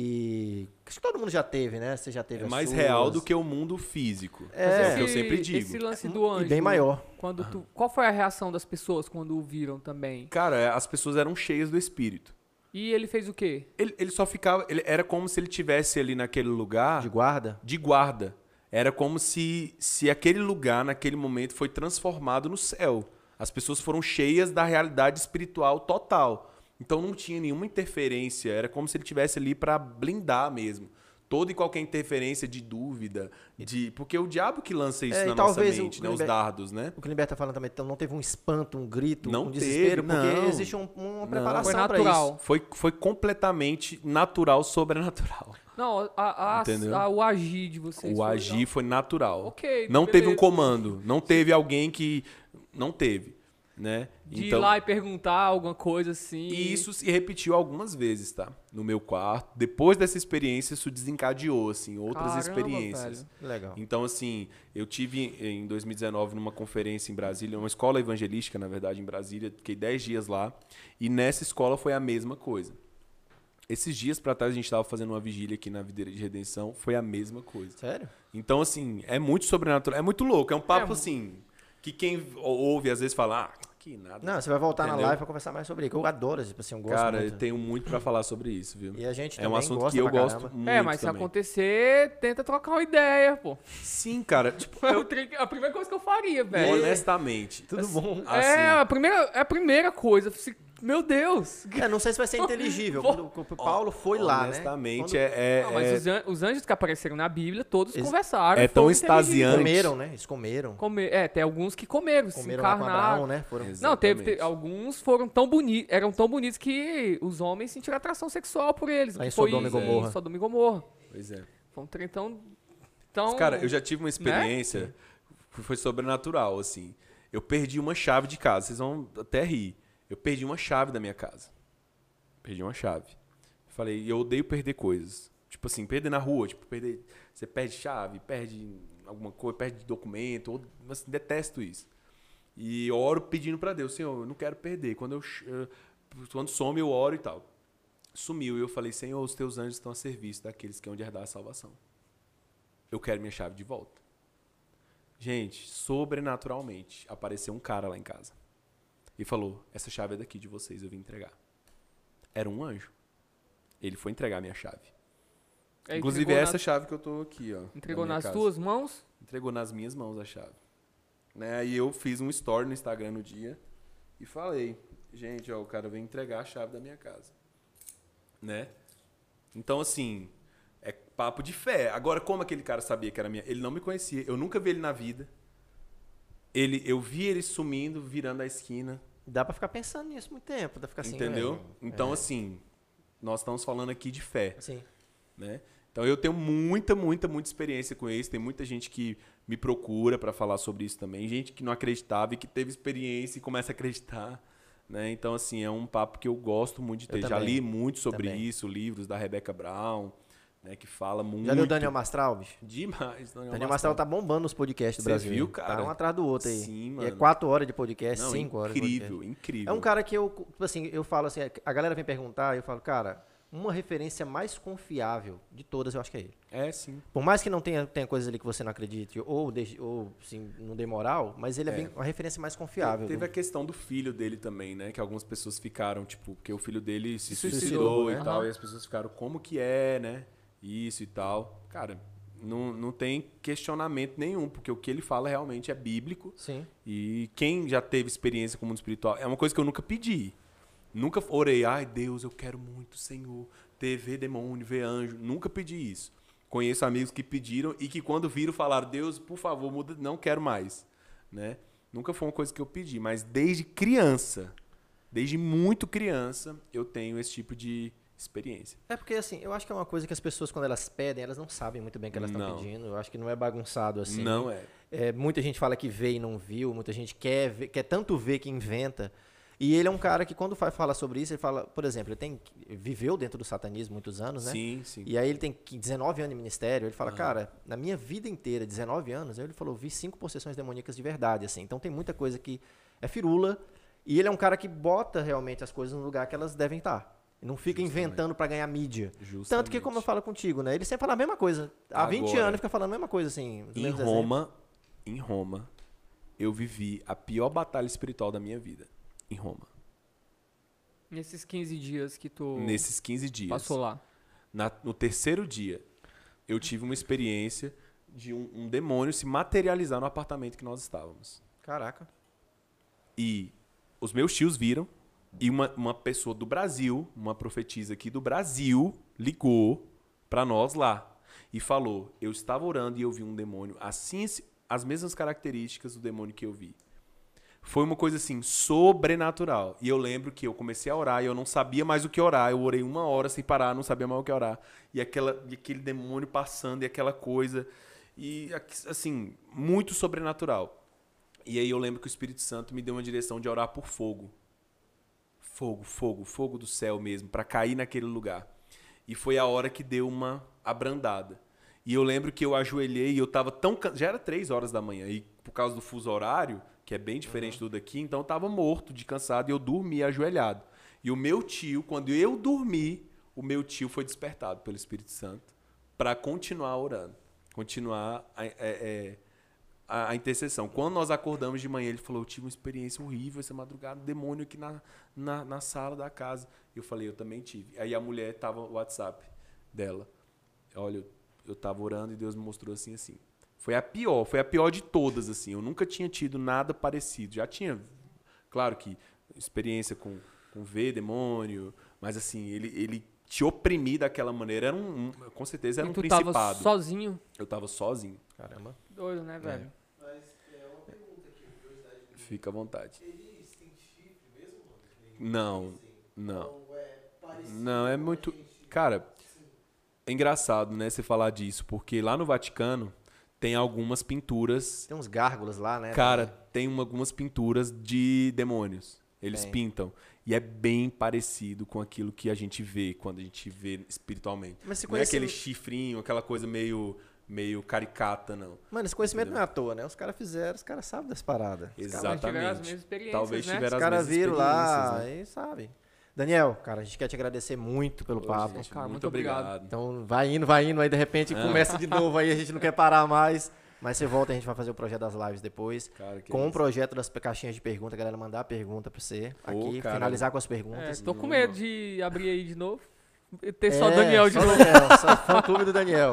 E acho que todo mundo já teve, né? Você já teve É as mais suas. real do que o mundo físico. É. É o que eu Esse- sempre digo. Esse lance É, do anjo. e bem maior. Quando tu, qual foi a reação das pessoas quando o viram também? Cara, é, as pessoas eram cheias do espírito. E ele fez o quê? Ele, ele só ficava... Ele, era como se ele tivesse ali naquele lugar De guarda. de guarda. Era como se, se aquele lugar, naquele momento, foi transformado no céu. As pessoas foram cheias da realidade espiritual total. Então não tinha nenhuma interferência. Era como se ele estivesse ali para blindar mesmo. Toda e qualquer interferência de dúvida. de Porque é o diabo que lança isso É, e na nossa talvez o mente, né? Os Gutenberg- dardos, né? O que o Limber tá falando também, então não teve um espanto, um grito, Não um desespero, teve, porque não. existe um- uma Não. preparação Foi para natural. isso. Foi, foi completamente natural, sobrenatural. Não, a, a, Entendeu? a- o agir de vocês. O foi- agir foi natural. Ok, não teve um beleza. comando. Não teve alguém que... Não teve, né? De Então, ir lá e perguntar alguma coisa assim. e isso se repetiu algumas vezes, tá? No meu quarto. Depois dessa experiência, isso desencadeou, assim, outras Caramba, experiências. velho. Legal. Então, assim, eu tive em dois mil e dezenove numa conferência em Brasília, uma escola evangelística, na verdade, em Brasília. Fiquei dez dias lá. E nessa escola foi a mesma coisa. Esses dias pra trás a gente estava fazendo uma vigília aqui na Videira de Redenção, foi a mesma coisa. Sério? Então, assim, é muito sobrenatural, é muito louco. É um papo, É, assim, que quem ouve às vezes fala, ah, que nada. Não, você vai voltar Entendeu? na live pra conversar mais sobre isso. Eu adoro, tipo assim, eu gosto Cara, muito. eu tenho muito pra falar sobre isso, viu? E a gente É um também assunto gosta que eu pra gosto caramba. muito É, mas se também. acontecer, tenta trocar uma ideia, pô. Sim, cara, tipo, É eu, o tri- a primeira coisa que eu faria, velho. honestamente. Tudo bom. assim, É, a primeira, é a primeira coisa. Se- Meu Deus. É, não sei se vai ser inteligível. Vou- Quando o Paulo foi lá, né? honestamente, Quando é, é, Não, mas é, os, an- os anjos que apareceram na Bíblia, todos Eles- conversaram. é e tão foram extasiante. comeram, né? Eles comeram. Comer, é, tem alguns que comeram, se Comeram lá com encarnaram. Abraão, né? Foram... Exato. Não, teve, Exatamente. te- alguns foram tão bonitos, eram tão bonitos que os homens sentiram atração sexual por eles. Lá que em foi Sodoma e Gomorra. Em Sodoma e Gomorra. Pois é. Foi um trem tão... tão Mas, cara, eu já tive Né? uma experiência, que foi sobrenatural, assim. Eu perdi uma chave de casa, vocês vão até rir. Eu perdi uma chave da minha casa. Perdi uma chave. Falei, eu odeio perder coisas. Tipo assim, perder na rua, tipo, perder. Você perde chave, perde alguma coisa, perde documento, ou, assim, detesto isso. E eu oro pedindo pra Deus, Senhor, eu não quero perder. Quando eu, eu quando some, eu oro e tal. Sumiu, e eu falei, Senhor, os teus anjos estão a serviço daqueles que hão de herdar a salvação. Eu quero minha chave de volta. Gente, sobrenaturalmente, apareceu um cara lá em casa. E falou, essa chave é daqui de vocês, eu vim entregar. Era um anjo. Ele foi entregar a minha chave. É, Inclusive, entregou é na- essa chave que eu tô aqui, ó. Entregou na minha nas casa. tuas mãos? Entregou nas minhas mãos a chave. Né? E eu fiz um story no Instagram no dia e falei, gente, ó, o cara veio entregar a chave da minha casa. Né? Então, assim, é papo de fé. Agora, como aquele cara sabia que era minha? Ele não me conhecia, eu nunca vi ele na vida. Ele, eu vi ele sumindo, virando a esquina. Dá pra ficar pensando nisso muito tempo. Dá pra ficar assim, Entendeu? velho. Então, É. assim, nós estamos falando aqui de fé. Assim. Né? Então eu tenho muita, muita, muita experiência com isso. Tem muita gente que me procura para falar sobre isso também. Gente que não acreditava e que teve experiência e começa a acreditar. Né? Então, assim, é um papo que eu gosto muito de ter. Eu Já também. li muito sobre Também. isso, livros da Rebecca Brown. né? Que fala muito. Já leu o Daniel Mastral, bicho? Demais. Daniel, Daniel Mastral tá bombando nos podcasts do Você Brasil. viu, hein? cara? Tá um atrás do outro aí. Sim, E mano. é quatro horas de podcast, Não, cinco horas de incrível, podcast. incrível. É um cara que eu, tipo assim, eu falo assim, a galera vem perguntar, eu falo, cara, uma referência mais confiável de todas, eu acho que é ele. É, sim. Por mais que não tenha, tenha coisas ali que você não acredite, ou, deixe, ou assim, não dê moral, mas ele é, É. bem uma referência mais confiável. Teve do- a questão do filho dele também, né? Que algumas pessoas ficaram, tipo, porque o filho dele se Se suicidou, suicidou, e né? tal, Aham. e as pessoas ficaram, como que é, né? Isso e tal. Cara, não, não tem questionamento nenhum, porque o que ele fala realmente é bíblico. Sim. E quem já teve experiência com o mundo espiritual, é uma coisa que eu nunca pedi. Nunca orei, ai Deus, eu quero muito, Senhor, ter, ver demônio, ver anjo. Nunca pedi isso. Conheço amigos que pediram e que quando viram falaram, Deus, por favor, muda, não quero mais. Né? Nunca foi uma coisa que eu pedi, mas desde criança, desde muito criança, eu tenho esse tipo de experiência. É porque, assim, eu acho que é uma coisa que as pessoas, quando elas pedem, elas não sabem muito bem o que elas estão Não. pedindo. Eu acho que não é bagunçado assim. Não é. É, muita gente fala que vê e não viu, muita gente quer, ver, quer tanto ver que inventa. E ele é um cara que, quando vai falar sobre isso, ele fala, por exemplo, ele tem, viveu dentro do satanismo muitos anos, né? Sim, sim. E aí ele tem dezenove anos de ministério, ele fala, cara, na minha vida inteira, dezenove anos, ele falou, vi cinco possessões demoníacas de verdade, assim. Então tem muita coisa que é firula, e ele é um cara que bota realmente as coisas no lugar que elas devem estar. E não fica Justamente. inventando pra ganhar mídia. Justamente. Tanto que, como eu falo contigo, né? Ele sempre fala a mesma coisa. Há vinte Agora, anos ele fica falando a mesma coisa, assim. os Em mesmos Roma, em Roma, eu vivi a pior batalha espiritual da minha vida. Em Roma. Nesses quinze dias que tu Nesses quinze dias. passou lá. Na- no terceiro dia, eu tive uma experiência de um, um demônio se materializar no apartamento que nós estávamos. Caraca. E os meus tios viram, e uma, uma pessoa do Brasil, uma profetisa aqui do Brasil, ligou pra nós lá e falou: eu estava orando e eu vi um demônio, assim, as mesmas características do demônio que eu vi. Foi uma coisa assim, sobrenatural. E eu lembro que eu comecei a orar e eu não sabia mais o que orar. Eu orei uma hora sem parar, não sabia mais o que orar. E, aquela, e aquele demônio passando e aquela coisa. E assim, muito sobrenatural. E aí eu lembro que o Espírito Santo me deu uma direção de orar por fogo. Fogo, fogo, fogo do céu mesmo, para cair naquele lugar. E foi a hora que deu uma abrandada. E eu lembro que eu ajoelhei e eu tava tão... Can... Já era três horas da manhã. E por causa do fuso horário, que é bem diferente uhum. do daqui, então eu tava morto de cansado e eu dormi ajoelhado. E o meu tio, quando eu dormi, o meu tio foi despertado pelo Espírito Santo para continuar orando. Continuar a, a, a, a intercessão. Quando nós acordamos de manhã, ele falou, eu tive uma experiência horrível essa madrugada, um demônio aqui na, na, na sala da casa. Eu falei, eu também tive. Aí a mulher tava no WhatsApp dela. Olha, eu tava orando e Deus me mostrou assim, assim. Foi a pior, foi a pior de todas, assim. Eu nunca tinha tido nada parecido. Já tinha, claro que, experiência com, com ver demônio, mas assim, ele, ele te oprimir daquela maneira, era um, um, com certeza era e um tu principado. tava sozinho? Eu tava sozinho. Caramba. Doido, né, velho? É. Mas é uma pergunta aqui, curiosidade minha. Fica à vontade. Eles têm chifre mesmo, mano? Não, não. Ou é parecido Não, é com a muito... gente? Cara, Sim. é engraçado, né, você falar disso, porque lá no Vaticano tem algumas pinturas... Tem uns gárgulas lá, né? Cara, tem uma, algumas pinturas de demônios. Eles Tem. pintam. E é bem parecido com aquilo que a gente vê quando a gente vê espiritualmente. Mas esse Não é aquele conhecimento- chifrinho, aquela coisa meio, meio caricata, não. Mano, esse conhecimento não é à toa, né? Os caras fizeram, os caras sabem das paradas. Mas Exatamente. tiveram as mesmas experiências, Talvez né? tiveram Os as caras mesmas viram lá experiências, né? e sabem. Daniel, cara, a gente quer te agradecer muito pelo Ô, papo. gente, Cara, muito, muito obrigado. obrigado. Então vai indo, vai indo, aí de repente Ah. começa de novo aí, a gente não quer parar mais. Mas você volta, a gente vai fazer o projeto das lives depois. Cara, que com o isso. projeto das caixinhas de pergunta, a galera mandar pergunta pra você Ô, aqui, cara. finalizar com as É, perguntas. tô com medo de abrir aí de novo. E ter só É, Daniel de só novo, Daniel, só fã clube do Daniel.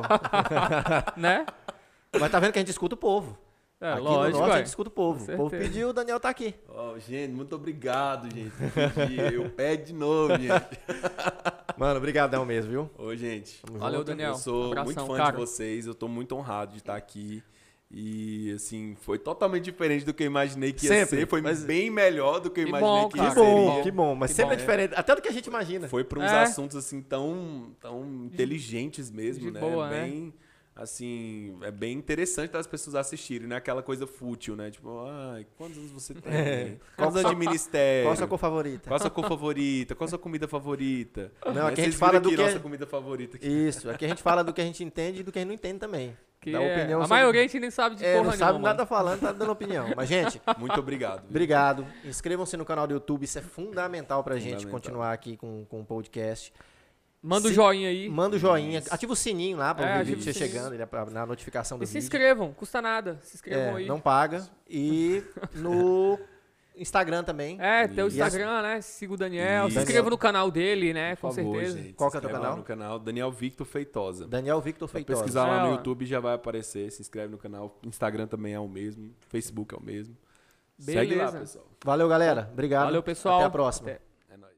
né? Mas tá vendo que a gente escuta o povo. É, aqui lógico, no norte a ué. gente escuta o povo. Com O povo certeza. pediu, o Daniel tá aqui. Ó, gente, muito obrigado, gente. Pedi, eu pede de novo, gente. Mano, brigadão mesmo, viu? Ô, gente. Valeu, Daniel. Eu sou Abração, muito fã cara. de vocês, eu tô muito honrado de estar aqui. E, assim, foi totalmente diferente do que eu imaginei que ia Sempre, ser. Foi mas- bem melhor do que eu Que imaginei bom, que cara. ia Que ser. bom, que bom. Mas Que sempre bom. é diferente, até do que a gente imagina. Foi para uns É. assuntos, assim, tão, tão inteligentes mesmo, De né? boa, né? bem, assim, é bem interessante das pessoas assistirem, não é aquela coisa fútil, né? Tipo, ai, quantos anos você tem? É. Quantos anos de ministério? Qual a sua cor favorita? Qual a sua cor favorita? Qual a sua comida favorita? Não, Né? aqui a gente Vocês fala viram do aqui que- nossa comida favorita aqui. Isso, aqui a gente fala do que a gente entende e do que a gente não entende também. Que Dá é- opinião a sobre- maioria a gente nem sabe de É, porra não sabe nenhuma, nada falando, tá dando opinião. Mas, gente, Muito obrigado. viu? obrigado. Inscrevam-se no canal do YouTube, isso é fundamental pra gente Fundamental. continuar aqui com, com o podcast. Manda o Se- joinha aí. Manda o joinha, ativa o sininho lá pra É, ver o ativa vídeo o você sininho. chegando, ele é na notificação do E se vídeo. inscrevam, custa nada. Se inscrevam É, aí. não paga. E no Instagram também. É, tem o E as- Instagram, né? Siga o Daniel. Isso. Se inscreva no canal dele, né? Com Por favor, certeza. gente, Qual se que é o teu inscreve lá canal? no canal Daniel Victor Feitosa. Daniel Victor Só Feitosa. pesquisar lá É, no ó. YouTube já vai aparecer. Se inscreve no canal. Instagram também é o mesmo. Facebook é o mesmo. Beleza. Segue lá, pessoal. Valeu, galera. Obrigado. Valeu, pessoal. Até a próxima. Até.